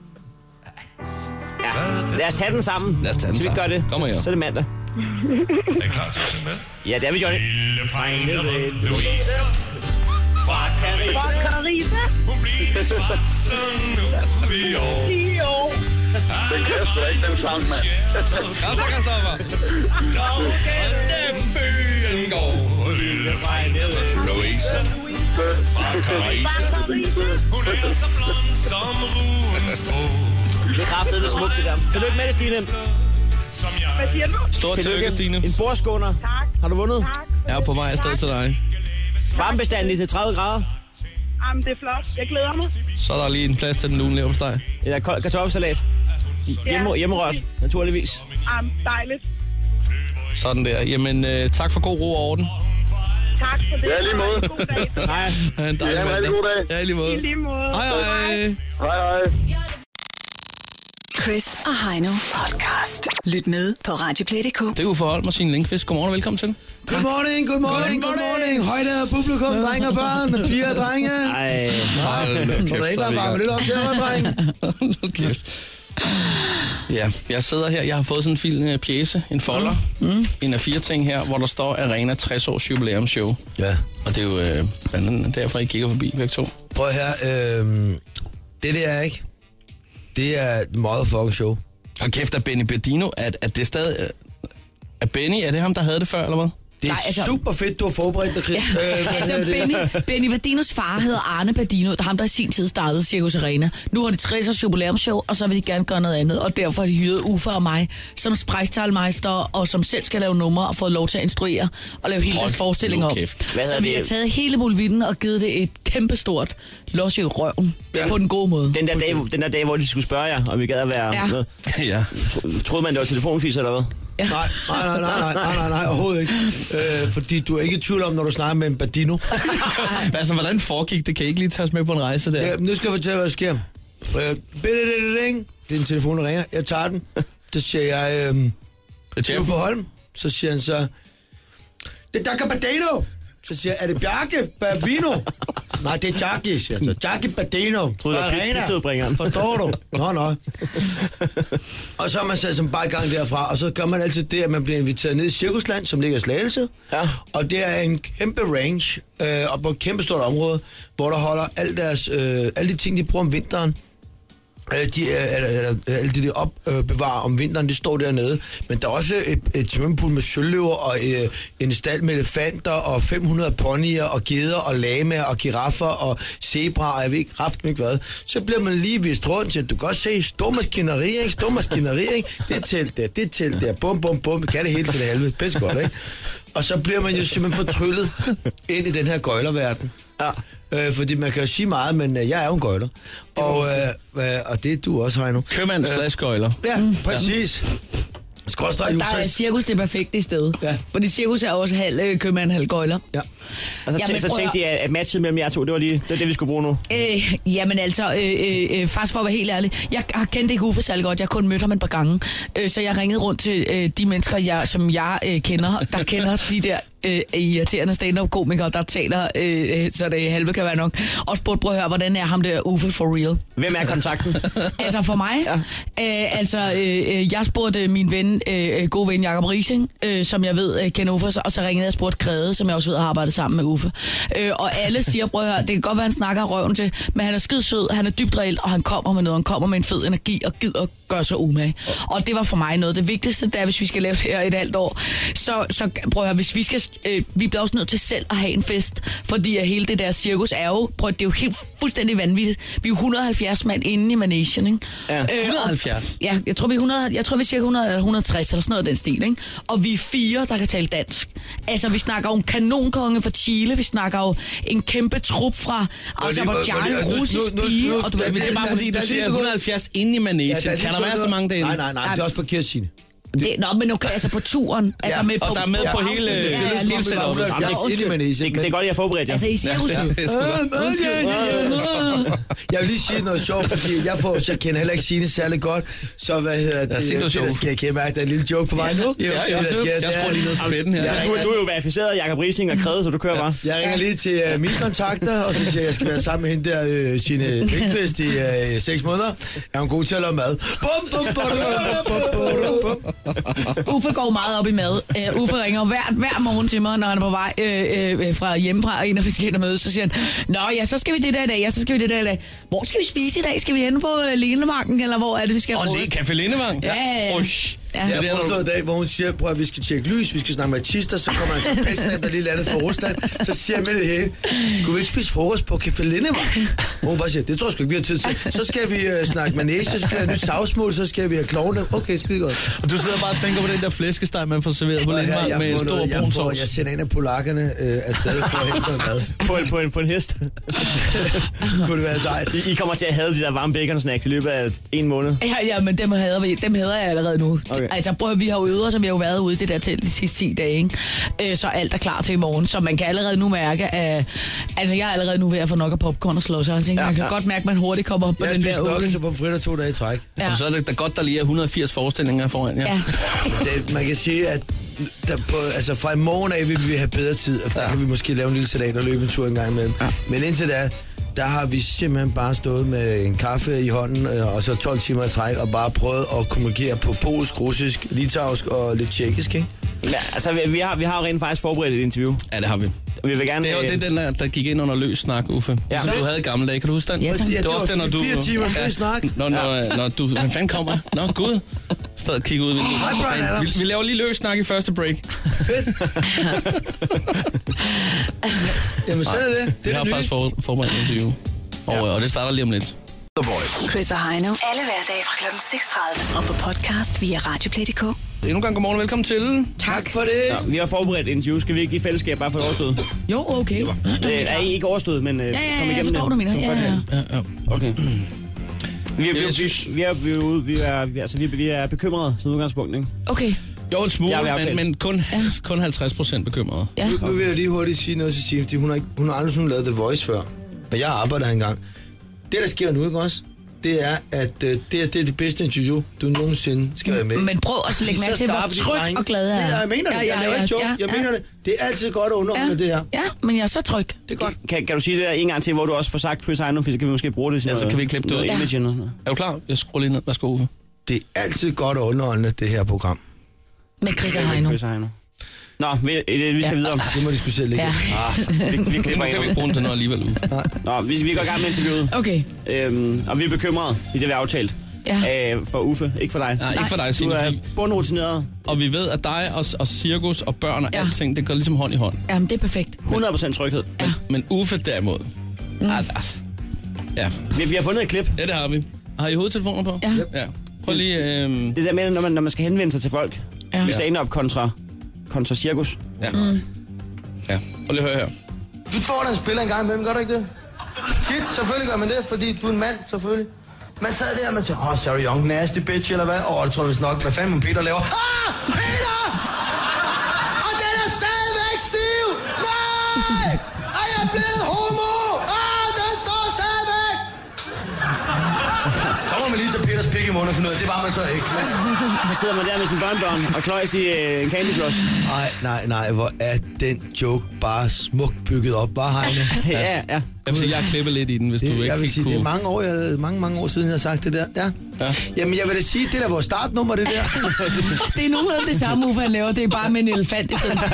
Ja, lad os have den sammen. Skal vi gøre det? Kommer her. Så er det mandag. Er I klar til at synge med? Ja, det er vi, Johnny. Lille fregnede Louise fra Caris. Fra Karise. Hun bliver svaksen nu i år. 10 år. Den kan sgu da ikke, den sang, mand. Kom så, Christoffer. Dog gennem byen går lille fregnede Louise fra Caris. Hun er så blond som ruens strå. Det er kraftedeme smukt, det der. Tillykke med det, Stine. Hvad siger du? Stort tillykke, Stine. En bordskåner. Tak. Har du vundet? Tak. Jeg er på vej afsted til dig. Varmebestandig til 30 grader. Jamen, det er flot. Jeg glæder mig. Så er der lige en plads til den ugen leverpostej. Eller kold kartoffelsalat. Hjemmerørt, naturligvis. Jamen, dejligt. Sådan der. Jamen, tak for god ro og orden. Tak for det. Ja, lige måde. God dag. Hej. Ha' en dejlig Ja, mandag. rigtig god dag. Ja, i lige måde. I lige måde. Hej. Hej. Chris og Heino podcast. Lyt med på Radioplay.dk. Det er Uffe Holm og Signe Lindqvist. Godmorgen og velkommen til. Good morning. Højde publikum, drenge og børn, piger og drenge. Ej. Må du ikke bare varme lidt op der, drenge? Hold kæft. Ja, jeg sidder her. Jeg har fået sådan en fin pjece, en folder. En af 4 ting her, hvor der står Arena 60 års jubilæumsshow. Ja. Og det er jo blandt andet derfor, I kigger forbi, begge to. Prøv her. Det der, ikke? Det er et motherfucking show. Og kæft, at Benny Berdino, at det stadig... Er Benny, er det ham, der havde det før, eller hvad? Det er super fedt, du har forberedt dig, Chris. Benny Berdinos far hedder Arne Berdino, der ham, der i sin tid startede Circus Arena. Nu har de 60 års jubilæumsshow, og så vil de gerne gøre noget andet, og derfor har de hyret Uffe og mig som sprejstalmeister, og som selv skal lave numre og få lov til at instruere og lave hele deres forestilling om. Så vi har taget hele muligheden og givet det et kæmpestort los i røven på den gode måde. Den der dag, hvor de skulle spørge jer, om vi gad at være noget. Ja. Troede man, det var telefonfis eller hvad? Ja. Nej, overhovedet ikke. Fordi du er ikke i tvivl om, når du snakker med en Berdino. Altså, hvordan foregik det? Kan I ikke lige tage os med på en rejse der? Ja, nu skal jeg fortælle, hvad der sker. Det er en telefon, der ringer. Jeg tager den. Så siger jeg, det er for Holm. Så siger han så, det er Dr. Berdino. Så siger jeg, er det Bjarke Barbino? Nej, det er Jackie, siger han så. Jackie Berdino. Forstår du? Nå. Og så er man sat som bare i gang derfra, og så gør man altid det, at man bliver inviteret ned i Cirkusland, som ligger i Slagelse. Ja. Og det er en kæmpe range, og på et kæmpe stort område, hvor der holder alle de ting, de bruger om vinteren. Alt det, de opbevarer om vinteren, det står dernede. Men der er også et svømmepool med sølvløver og en stald med elefanter og 500 ponyer og geder og lamaer og giraffer og zebraer og jeg ved ikke hvad. Så bliver man lige vist rundt til, du kan godt se, stor maskineri, ikke? Det er telt der, bum, vi kan det hele til det halve, pisse godt, ikke? Og så bliver man jo simpelthen fortryllet ind i den her gøjlerverden. Ja. Fordi man kan jo sige meget, men jeg er jo en gøjler. Og det er du også, Heino. Købmand/gøjler. Ja, præcis. der er cirkus det perfekte sted. Ja. Fordi cirkus er også halv købmand, halv gøjler. Ja. Og så tænkte jeg, at matchet mellem jer to, det var det, vi skulle bruge nu. Jamen altså, faktisk for at være helt ærlig, jeg har kendt ikke Uffe særlig godt. Jeg har kun mødt ham et par gange. Så jeg ringede rundt til de mennesker, som jeg kender, der kender de der irriterende stand-up-komikere, der taler, så det halve kan være nok. Og spurgte, prøv at høre, hvordan er ham der Uffe for real? Hvem er kontakten? Altså for mig? Ja. Jeg spurgte min ven, gode ven Jacob Riising, som jeg ved kender Uffe, og så ringede jeg og spurgte Grede, som jeg også ved har arbejdet sammen med Uffe. Og alle siger, prøv at høre, det kan godt være, han snakker røven til, men han er skide sød, han er dybt reelt, og han kommer med noget, han kommer med en fed energi og gider gøre sig umage. Og det var for mig noget. Det vigtigste, der hvis vi skal lave det her et halvt år, så prøv at høre, hvis vi skal, vi bliver også nødt til selv at have en fest, fordi hele det der cirkus er jo, det er jo helt fuldstændig vanvittigt. Vi er jo 170 mand inde i managen, ikke? Ja. 170? Ja, jeg tror vi er cirka 100 eller 160 eller sådan noget af den stil, ikke? Og vi er 4, der kan tale dansk. Altså, vi snakker jo en kanonkonge fra Chile, vi snakker jo en kæmpe trup fra Azerbaijan, russisk pige, og du ved, det er bare fordi, du siger 170 inde i managen. Kan der være så mange derinde? Nej, det er også forkert, Signe. Men okay, altså på turen. Altså med og der er med på hele setup. Det er godt, jeg har forberedt jer. Altså i cirkuset. Jeg vil lige sige noget sjovt, fordi jeg kender heller ikke Signe særlig godt. Så hvad hedder det? Skal jeg mærke, der er en lille joke på vej nu? Jeg skruer lige ned fra bedden her. Du er jo verificeret Jacob Riising og Krede, så du kører bare. Jeg ringer lige til mine kontakter, og så siger jeg skal være sammen med hende der, Signe Lindqvist, i 6 måneder. Er hun god til at lave mad? Uffe går meget op i mad. Uffe ringer hver morgen til mig, når han er på vej fra hjemmefra, og en af fiskerne mødes, så siger han, nå ja, så skal vi det der i dag, så skal vi det der i dag. Hvor skal vi spise i dag? Skal vi hen på Lindevangen, eller hvor er det, vi skal? Café Lindevangen? Ja. Ja. Jeg har forstået i dag, hvor hun siger, prøv at vi skal tjekke lys, vi skal snakke med artister, så kommer han til Pestland, der lige landet fra Rusland, så siger jeg med det hele, skulle vi ikke spise frokost på Café Lindevangen? Og hun bare siger, det tror jeg sgu ikke, vi har tid til. Så skal vi snakke manege, så skal vi have nyt savsmål, så skal vi have klovne. Okay, skide godt. Og du sidder bare og tænker på den der flæskesteg, man får serveret på Lindevangen med en stor brun sovs. Jeg sender en af polakkerne afsted for at hente noget mad. På en hest. Kunne det være sejt. I kommer til at have de der varme bacon-snacks i løbet af 1 måned. Ja, men dem hader jeg allerede nu. Okay. Altså prøv, vi har jo øvet os, og vi har jo været ude i det der til de sidste 10 dage, ikke? Så alt er klar til i morgen. Så man kan allerede nu mærke, at jeg er allerede nu ved at få nok af popcorn og slå sig. Altså, man kan godt mærke, at man hurtigt kommer op på den der. Jeg spiser nok så på fritter 2 dage i træk. Ja. Og så er det da godt, der lige er 180 forestillinger foran. Ja. Man kan sige, at fra i morgen af vil vi have bedre tid, og der kan vi måske lave en lille salat og løbe en tur en gang imellem. Ja. Men indtil der har vi simpelthen bare stået med en kaffe i hånden, og så 12 timer i træk, og bare prøvet at kommunikere på polsk, russisk, litauisk og lidt tjekkisk, ikke? Ja, altså vi har jo rent faktisk forberedt et interview. Ja, det har vi. Vi vil gerne, det er jo den der gik ind under løs snak, Uffe. Ja. Som du havde i gamle dage. Kan du huske den? Ja, det var også den, når du... 4 timer løs snak. Når du... Hvem fanden kommer? Nå, gud. Stod og kigge ud. Vi laver lige løs snak i første break. Fedt. Jamen, så er det. Vi har faktisk forberedt et interview. Og det starter lige om lidt. The Voice. Chris og Heino. Alle hverdage fra kl. 6:30. Og på podcast via Radioplay.dk. Endnu en gang godmorgen, velkommen til. Tak for det. Ja, vi har forberedt et interview. Skal vi ikke i fællesskab bare få et overstået? Jo, okay. Er I ikke overstået, men kom igennem jeg forstår, du mener. Ja. Okay. Vi er bekymrede som udgangspunkt, ikke? Okay. Jo, en smule, men kun 50% bekymrede. Ja. Nu vil jeg lige hurtigt sige noget til Signe, fordi hun har aldrig lavet The Voice før. Og jeg arbejder her engang. Det, der sker nu, ikke også? Det er, at det er det bedste interview, du nogensinde skal være med. Men prøv at lægge mærke til, hvor tryg og glad jeg er. Jeg mener det. Jeg laver ikke joke. Jeg mener det. Det er altid godt at underholde det her. Ja, men jeg er så tryg. Det er godt. Kan du sige det der en gang til, hvor du også får sagt Chris Heino, for så kan vi måske bruge det til noget. Ja, så kan vi klippe det ud. Er du klar? Jeg skruer lige ned. Værsgo, Uffe. Det er altid godt at underholde det her program. Med Chris og Heino. Nå, vi skal videre. Det må de sgu selv ikke. Vi klipper ikke. Vi ikke bruge til noget alligevel. Nå, vi går i gang med interviewet. Okay. Og vi er bekymrede, fordi det er vi aftalt. Ja. For Uffe, ikke for dig. Nej, ikke for dig, Signe. Du er bundrutineret. Og vi ved, at dig og cirkus og børn og alting, det går ligesom hånd i hånd. Jamen, det er perfekt. 100% tryghed. Ja. Men Uffe derimod. Ja. Vi har fundet et klip. Ja, det har vi. Har I hovedtelefoner på? Ja. Prøv lige... Det der med, når man skal henvende sig til folk. Ja. Hvis stand-up kontra cirkus. Ja. Ja. Prøv lige at høre her. Du får da en spiller en gang imellem, gør du ikke det? Shit, selvfølgelig gør man det, fordi du er en mand, selvfølgelig. Man sad der, og man sagde, sorry young nasty bitch, eller hvad? Det tror jeg vist nok, hvad fanden Peter laver. Peter! Og den er stadigvæk stiv! Nej! Og jeg er blevet homo! Den står stadigvæk! Så må man lige tage Peters pik i munden og finde ud af, det var man så ikke. Så sidder man der med sin børnebørn og kløjs i en candyfloss. Nej, hvor er den joke bare smukt bygget op, bare Heino. Ja. Jeg har klippet lidt i den, hvis du ikke jeg vil sige, kunne. det er mange år siden, jeg har sagt det der. Ja. Jamen, jeg vil da sige, det der vores startnummer, det der. Det er nogenlunde det samme, Uffe han laver. Det er bare med en elefant i stedet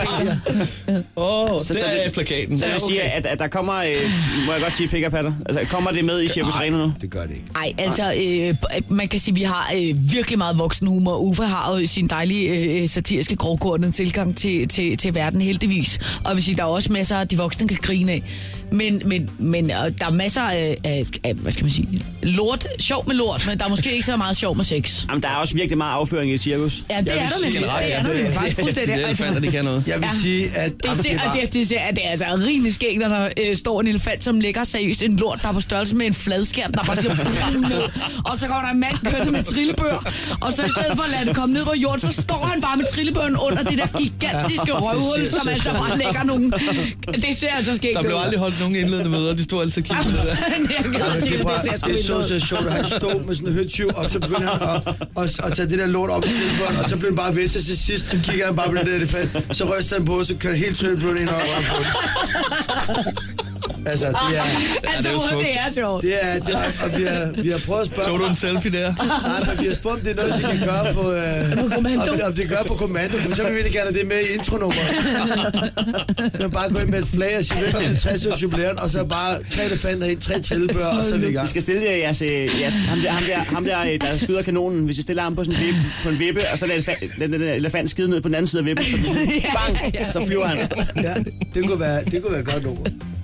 for Så det er plakaten. Så jeg siger, at der kommer, må jeg godt sige pick og patter? Altså, kommer det med i Cirkus Arena nu? Det gør det ikke. Nej, altså, man kan sige, at vi har virkelig meget voksenhumor. Uffe har jo sin dejlige satiriske grovkortede tilgang til verden, heldigvis. Og jeg vil sige, der er også masser af de voksne kan grine af. Men der er masser af, hvad skal man sige, lort, sjov med lort, men der er måske ikke så meget sjov med sex. Jamen, der er også virkelig meget afføring i et cirkus. Ja, det er der nemlig. Faktisk fuldstændig. De elefanter, de kan noget. Jeg vil sige, at... Det er altså rimelig skægt, når der står en elefant, som lægger seriøst en lort, der er på størrelse med en fladskærm, der bare siger ned. Og så kommer der en mand kørende med trillebør, og så i stedet for at lade det komme ned på jorden, så står han bare med trillebøren under det der gigantiske røvhul, som altså bare lægger nogen... Det ser altså skægt ud. Der blev aldrig holdt nogen indledende møder, de stod altid og kiggede med det der. Det så sjovt, at han stod med sådan en høtyv, og så begyndte han at tage det der lort op i trillebøren, og så blev han bare væsset til sidst, så kigger han bare på det der elefant, så ryster han på, så kører helt trillebøren ind over på det. Altså, det er... det er sjovt. Det er, og vi har prøvet at spørge... Tog du en selfie der? Nej, men vi har spurgt, om det er noget, de kan gøre på... om de kan gøre på kommando, for så vil vi virkelig gerne have det med i intronummeret. Så man bare gå ind med et flag og sige, velkommen til 60-års jubilæum, og så bare 3 elefanter ind, 3 tilbør, og så er vi i gang. Vi skal stille jeres ham der skyder kanonen, hvis I stiller ham på sådan en vippe, og så lader den elefant skide ned på den anden side af vippen, så bang, så flyver han. Ja, det kunne være godt ord.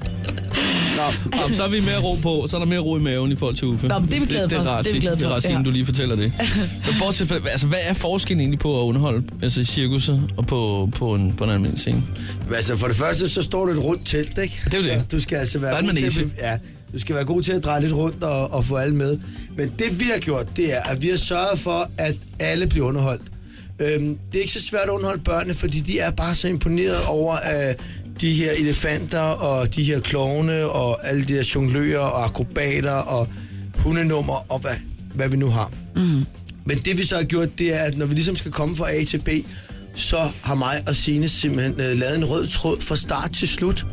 Nå, så er vi mere ro på, så er der mere ro i maven i forhold til Uffe. Nå, det er vi glade for. Det er ret fint, du lige fortæller det. Men bortset fra, altså, hvad er forskellen egentlig på at underholde altså, i cirkuset og på en almindelig scene? Altså, for det første, så står du et rundt telt, ikke? Det er jo det. Du skal altså være god til, du skal være god til at dreje lidt rundt og få alle med. Men det, vi har gjort, det er, at vi har sørget for, at alle bliver underholdt. Det er ikke så svært at underholde børnene, fordi de er bare så imponeret over de her elefanter og de her klovne og alle de her jonglører og akrobater og hundenummer og hvad vi nu har. Mm. Men det vi så har gjort, det er, at når vi ligesom skal komme fra A til B, så har mig og Signe simpelthen lavet en rød tråd fra start til slut.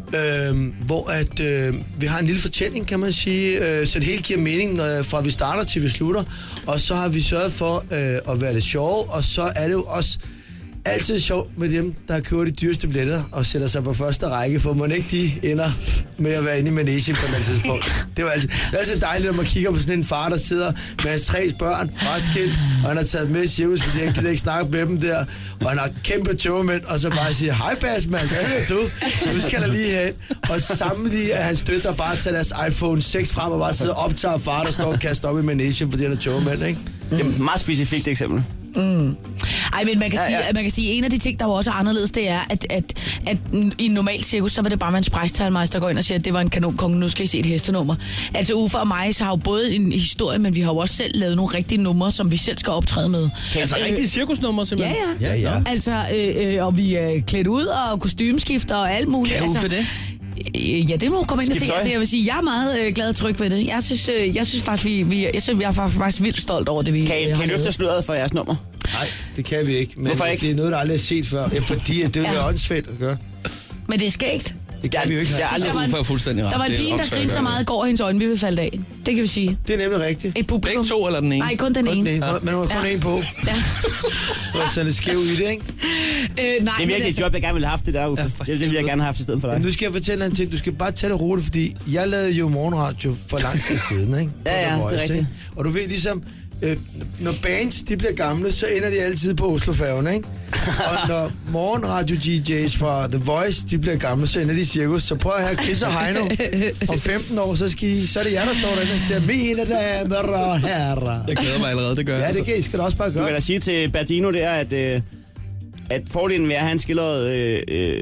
Hvor at vi har en lille fortælling, kan man sige, så det hele giver mening, fra vi starter til vi slutter. Og så har vi sørget for at være lidt sjove, og så er det jo også altid sjovt med dem, der køber de dyreste billetter og sætter sig på første række, for må ikke de ender med at være inde i Manesien på et tidspunkt. Det er altid dejligt, når man kigger på sådan en far, der sidder med hans 3 børn, fraskilt, og han har taget med i cirkus, fordi han kan ikke snakke med dem der, og han har kæmpe tømmermænd, og så bare siger, hej Basman, hvad er du? Nu skal der lige hen. Og samtidig er hans døtre bare tager deres iPhone 6 frem og bare sidder og optager far, der står og kaster op i Manesien, fordi han er tømmermænd, ikke? Det er et meget specifikt eksempel. Mm. Ej, men man kan sige, en af de ting, der var også anderledes, det er, at i en normal cirkus, så var det bare, man sprejstalmeister går ind og siger, at det var en kanonkonge, nu skal I se et hestenummer. Altså Uffe og mig, så har jo både en historie, men vi har jo også selv lavet nogle rigtige numre, som vi selv skal optræde med. Altså rigtige cirkusnumre simpelthen? Ja. Altså, og vi er klædt ud og kostymeskifter og alt muligt. Kan Uffe det? Ja, det må komme ind og se. Altså, jeg vil sige, jeg er meget glad og tryg ved det. Jeg synes faktisk, jeg er faktisk vildt stolt over det, vi Kan I løfte sløret for jeres nummer? Nej, det kan vi ikke. Men hvorfor ikke? Det er noget, der aldrig er set før. Ja, fordi det er åndssvagt at gøre. Men det er skægt. Det kan vi jo ikke. Der var en pige, der grinte så meget i går, og hendes øjne ville falde af. Det kan vi sige. Det er nemlig rigtigt. Et publikum. Begge 2 eller den ene? Nej, kun den ene. Men hun har kun en på. Ja. Du har sådan lidt skæv i det, ikke? Nej, det er virkelig et job, jeg gerne ville have haft det der, Uffe. Det ville jeg gerne have haft i stedet for dig. Men nu skal jeg fortælle en ting. Du skal bare tage det roligt, fordi jeg lavede jo morgenradio for lang tid siden, ikke? Ja, det er rigtigt. Ikke? Og du ved ligesom, når bands de bliver gamle, så ender de altid på Oslofærgen, ikke? Og når morgenradio-DJ's fra The Voice, de bliver gamle, så ender de i cirkus. Så prøv at have Chris og Heino. Om 15 år, så er det jer, der står derinde og siger, mine damer og herrer. Jeg glæder mig allerede, det gør jeg. Ja, det kan I skal da også bare gøre. Du kan da sige til Berdino der, at fordelen ved at have en skildret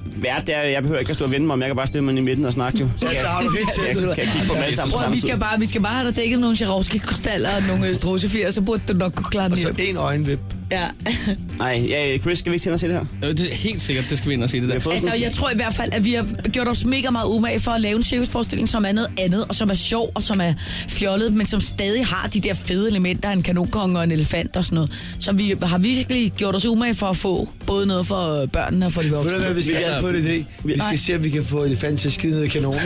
vært, det er, jeg behøver ikke at stå og vende mig om, jeg kan bare stille mig i midten og snakke jo. Så har du helt kan jeg kigge på dem alle sammen. Vi skal bare have dig dækket nogle Swarovski-krystaller og nogle Strosefir, så burde du nok kunne klare den hjem. Og så en øjenvip. Ja. Nej, Chris, skal vi ikke til at se det her? Det er helt sikkert, det skal vi ind og se det der. Altså, jeg tror i hvert fald, at vi har gjort os mega meget umage for at lave en cirkusforestilling, som er noget andet, og som er sjov, og som er fjollet, men som stadig har de der fede elementer af en kanonkonge og en elefant og sådan noget. Så vi har virkelig gjort os umage for at få både noget for børnene og for de voksne. Ved du hvad, vi skal få en idé? Vi skal se, om vi kan få elefant til at skide ned i kanonen.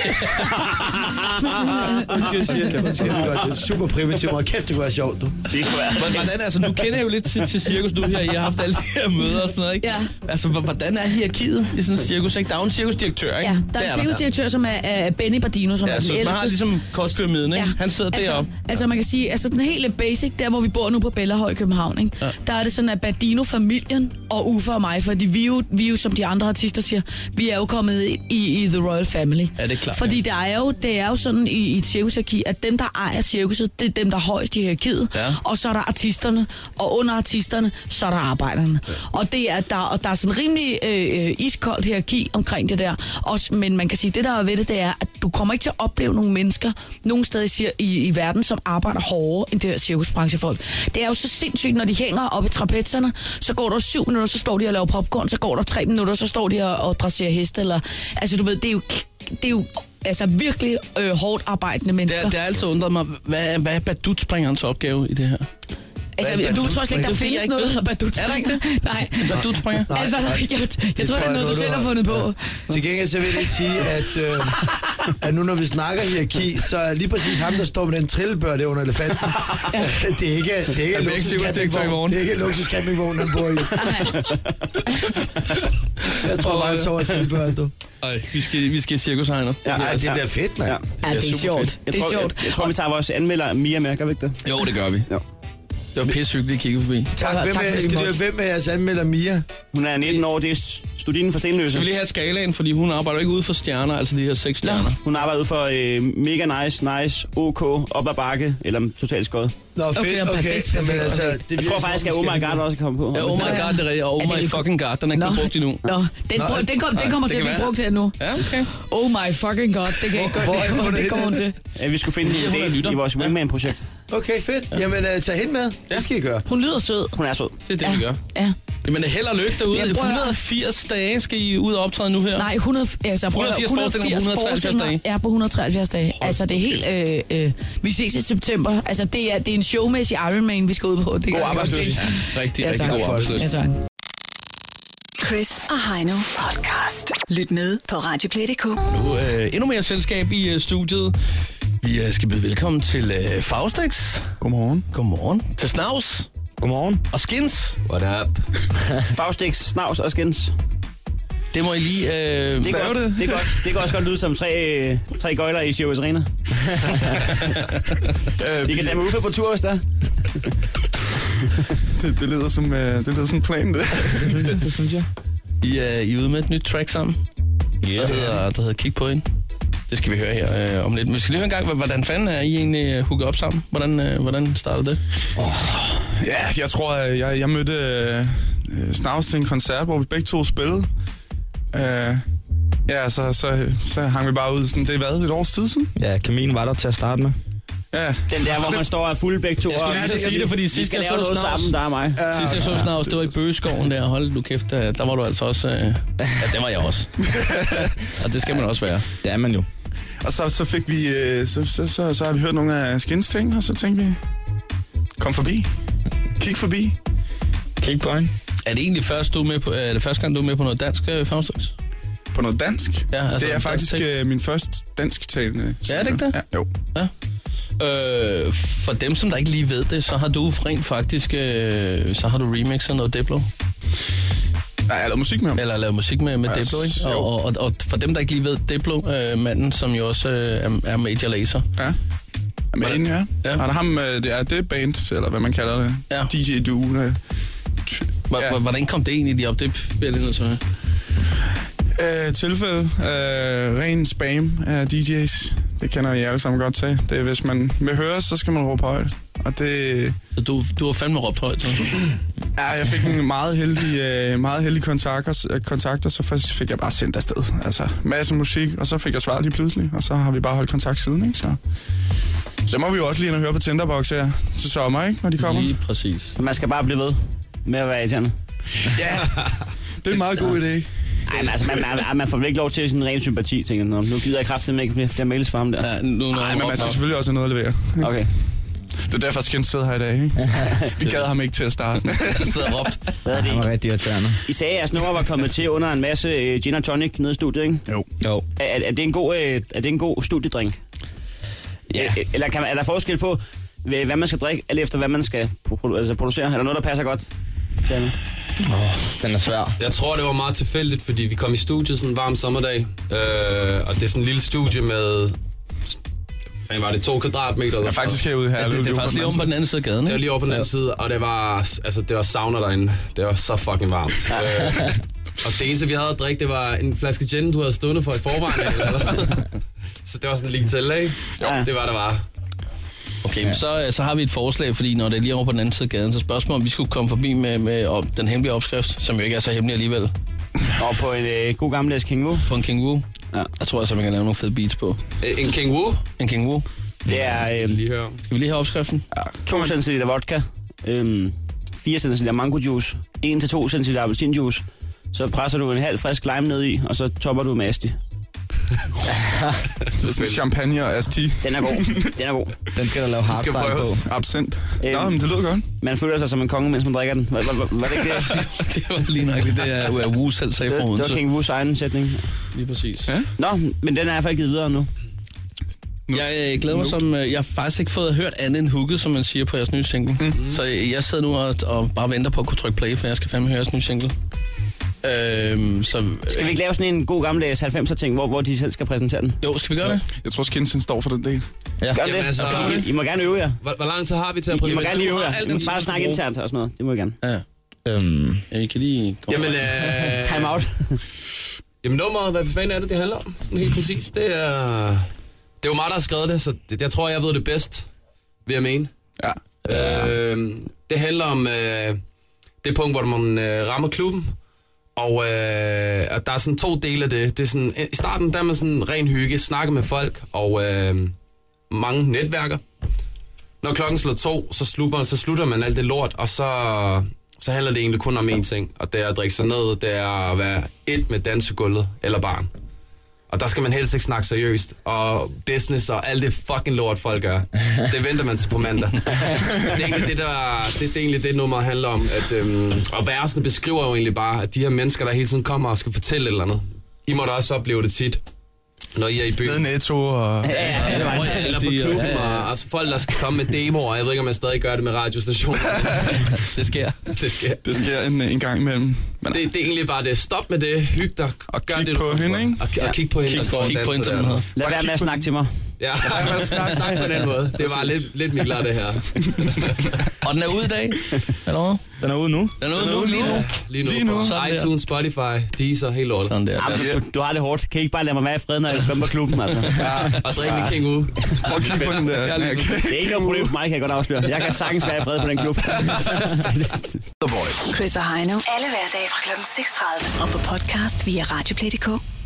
Vi skal se, det er super primitivt, og kæft, det kunne være sjovt, du. Det kunne være. Hvordan, altså, nu kender jeg jo lidt til cirkus nu her. I har haft alle de her møder og sådan noget, ikke? Ja. Altså, hvordan er hierarkiet i sådan en cirkus, ikke? Der er jo en cirkusdirektør, ikke? Ja, der er en cirkusdirektør, som er Benny Bardino, som er den så man har ligesom kostpyramiden, ikke? Ja. Han sidder deroppe. Altså, man kan sige, altså den helt basic, der hvor vi bor nu på Bellahøj i København, ikke? Ja. Der er det sådan, at Bardino-familien og Uffe og mig, fordi vi er jo, som de andre artister siger, vi er jo kommet i The Royal Family. Ja, det er klart. Fordi det er jo sådan i et cirkushierarki, at dem, der ejer cirkuset, det er dem, der er højst i hierarkiet. Ja. Og så er der artisterne, og under artisterne, så er der arbejderne. Ja. Og der er sådan en rimelig iskoldt hierarki omkring det der. Men man kan sige, det der er ved det er, at du kommer ikke til at opleve nogle mennesker nogen steder i verden, som arbejder hårdere end det her cirkusbranchefolk. Det er jo så sindssygt, når de hænger oppe i trapezerne, så går der 7 minutter, så står de og laver popcorn, så går der 3 minutter, så står de og dresserer heste. Eller, altså du ved, det er jo altså virkelig hårdt arbejdende mennesker. Det er altså undret mig, hvad er badutspringerens opgave i det her? Altså, du tror slet ikke, der findes noget, der hedder badutspringer? Er der ikke det? Nej. Badutspringer? Altså, jeg tror, det er noget, du selv har fundet på. Til gengæld så vil jeg sige, at nu når vi snakker hierarki, så er lige præcis ham, der står med den trillebør der under elefanten. Det er ikke en luksuscampingvogn, han bor i. Jeg tror bare, jeg sover trillebør, du. Ej, vi skal i cirkushegnet. Ja, det bliver fedt, mand. Ja, det er sjovt. Jeg tror, vi tager vores anmelder Mia med, gør vi ikke det? Jo, det gør vi. Jo. Det var pissehyggeligt at kigge forbi. Tak. Hvem er jeres anmelder Mia? Hun er 19 år, det er studenten for Stenløse. Skal vi lige have skalaen, fordi hun arbejder ikke ude for stjerner, altså de her 6 stjerner. Hun arbejder ude for mega nice, OK, op ad bakke, eller totalt skåret. Nå, fedt, okay. Jamen, altså, jeg tror faktisk, at Oh My God også kommer på. Ja, Oh My God, det er rigtigt, og Oh My Fucking God, den er ikke blevet brugt endnu. Den kommer til at blive brugt her nu. Ja, okay. Oh My Fucking God, det kan ikke godt. Det kommer hun til. Vi skulle finde en del i vores Wingman-projekt. Okay, fedt. Jamen, tag hende med. Det skal I gøre. Hun lyder sød. Hun er sød. Det er det, vi gør. Ja. Jamen, held og lykke derude. 180 dage skal I ud og optræde nu her. Nej, 180 forestillinger på 173 dage. Ja, på 173 dage. Altså, det er helt... vi ses i september. Altså, det er en showmæssig Ironman, vi skal ud på. God arbejdsløs. Rigtig god arbejdsløs. Chris og Heino podcast. Lyt med på radioplay.dk. Nu endnu mere selskab i studiet. Vi skal byde velkommen til Faustix. Godmorgen. Godmorgen. Til Snavs. Godmorgen. Og Skins. What up? Faustix, Snavs og Skins. Det må I lige det kan også godt lyde som tre gøjler i Cirkus Arena. Vi kan tage med Uffe på tur, hvis der. Det lyder som plan, det. Det synes jeg. I er ude med et nyt track sammen. Der hedder Kig på hende. Det skal vi høre her om lidt. Men vi skal lige høre en gang, hvordan fanden er I egentlig hooket op sammen? Hvordan startede det? Ja, jeg tror, jeg mødte Snavs til en koncert, hvor vi begge to spillede. Så hang vi bare ud. Sådan, det er et års tid siden? Ja, kemien var der til at starte med. Ja. Den der, hvor man står og fulde begge to. Jeg skulle lige sige det, fordi sidst jeg så sammen, der er mig. Sidst jeg så Snavs, det var i Bøgeskoven der. Hold du kæft, der var du altså også... Ja, det var jeg også. Og det skal man også være. Det er man jo. Og så fik vi... Så har vi hørt nogle af Skins ting, og så tænkte vi... Kom forbi. Kig forbi. Kig på hende. Er det egentlig første gang, du er med på noget dansk, Faustix? På noget dansk? Ja, altså det er faktisk min første dansktalende. Ja, er det ikke det? Ja, jo. Ja. For dem, som der ikke lige ved det, så har du rent faktisk så har du remixet noget Diplo. Nej, jeg har lavet musik med ham. Eller lavet musik med Diplo, ikke? Og for dem, der ikke lige ved, Diplo, manden, som jo også er Major Lazer. Ja. Men ja. Og der ham, det er band, eller hvad man kalder det. Ja. DJ Duo. Hvordan kom det egentlig lige op? Det bliver lidt nødt til at høre. Tilfælde. Ren spam af DJ's. Det kender I alle sammen godt til. Det er, hvis man vil høre, så skal man råbe højt. Og det... Så du har fandme råbt højt, så? Ja, jeg fik en meget heldig kontakter, så først fik jeg bare sendt afsted. Altså, masse musik, og så fik jeg svar lige pludselig, og så har vi bare holdt kontakt siden, ikke? Så må vi jo også lige ind og høre på Tinderbox her til sommer, ikke? Når de kommer. Lige præcis. Så man skal bare blive ved med at være irriterende. Ja, det er en meget god idé. Nej, men altså, man får vel ikke lov til sådan en ren sympati, tænker jeg. Nu gider jeg kraftigt ikke flere mails for ham der. Ja, nej, men man skal selvfølgelig også have noget at levere. Okay. Det er derfor, Skins sidder her i dag, ikke? Vi gad ham ikke til at starte. Han sidder og råbt. Han var rigtig irriterende. I sagde, at jeres nummer var kommet til under en masse gin og tonic nede i studiet, ikke? Jo. Er det en god studiedrink? Ja. Eller er der forskel på, hvad man skal drikke, eller efter hvad man skal producere? Er der noget, der passer godt til andet? Den er svær. Jeg tror, det var meget tilfældigt, fordi vi kom i studiet sådan en varm sommerdag. Og det er sådan en lille studie med... Hvad var det? 2 kvadratmeter? Jeg er faktisk herude her. Det er faktisk lige over på den anden side af gaden, ikke? Det var lige over på den anden side, og det var sauna derinde. Det var så fucking varmt. Og det eneste, vi havde at drikke, det var en flaske gin, du havde stående for i forvejen. Så det var sådan lige til, ikke? Jo, det var der bare. Okay, men så har vi et forslag, fordi når det er lige over på den anden side af gaden, så spørgsmålet om vi skulle komme forbi med den hemmelige opskrift, som jo ikke er så hemmelig alligevel. Og på en god gammeldags King Wu. På en King Wu. Ja. Jeg tror altså, man kan lave nogle fede beats på. En King Wu? En King Wu. Det er... Skal vi lige have opskriften? Ja. 2 cl vodka, 4 cl mango juice, 1 til 2 cl appelsinjuice. Så presser du en halv frisk lime ned i, og så topper du med asti. Champagne og asti. Den er god. Den skal der lave hardstyle på. Absint. Nå, men det lyder godt. Man føler sig som en konge, mens man drikker den. Var det ikke det? Det var lige nok det, er Wu selv sagde for det var King Wu's egen sætning. Lige præcis. Ja? Nå, men den er i hvert fald givet videre nu. Jeg glæder mig som... Jeg har faktisk ikke fået hørt andet end hooket, som man siger på jeres nye single. Så jeg sidder nu og bare venter på at kunne trykke play, for jeg skal fandme høre jeres nye single. Skal vi ikke lave sådan en god gammeldags 90'er ting, hvor de selv skal præsentere den? Jo, skal vi gøre det? Jeg tror, Skinsen står for den del. Ja. Gør det? Altså, I må gerne øve jer. Hvor lang tid har vi til at præsentere? I må gerne øve jer. Bare snakke internt og sådan noget. Det må I gerne. Ja. I kan lige... Jamen, time out. Jamen nummeret, hvad fanden er det handler om? Sådan helt præcis. Det er jo mig, der har skrevet det, så jeg tror, jeg ved det bedst, vil jeg mene. Ja. Det handler om det punkt, hvor man rammer klubben. Og der er sådan 2 dele af det. Det er sådan, i starten der er man sådan ren hygge, snakke med folk og mange netværker. Når klokken slår 2, så slutter man alt det lort, og så handler det egentlig kun om én ting. Og det er at drikke sig ned, det er at være et med dansegulvet eller barn. Og der skal man helst ikke snakke seriøst. Og business og alt det fucking lort, folk gør. Det venter man til på mandag. Det er egentlig det nummer handler om. Og versene beskriver jo egentlig bare, at de her mennesker, der hele tiden kommer og skal fortælle et eller andet. I må da også opleve det tit, når I er i byen. Med Netto og... Eller på klubben, og altså folk, der skal komme med demoer. Jeg ved ikke, om jeg stadig gør det med radiostationer. Det sker. Det sker en gang imellem. Men det er egentlig bare det. Stop med det. Hyg dig. Og kig på hende, ikke? Og kig på hende, der står og danser der. Lad være med at snakke til mig. Ja, snak på den måde. Det var lidt mit det her. Og den er ude i dag? Eller Den er ude nu. Den er ude lige nu. iTunes, Spotify, Deezer, helt lortet. Sådan der. Du har det hårdt. Kan I ikke bare lade mig være i fred, når jeg svømmer klubben, altså? Og drikke en King Wu. Og kig på den der. Det er ikke noget problem for mig, kan jeg godt afsløre. Jeg kan sagtens være i fred på den klub. Chris og Heino. Alle hverdage fra kl. 6:30. Og på podcast via Radioplay.dk.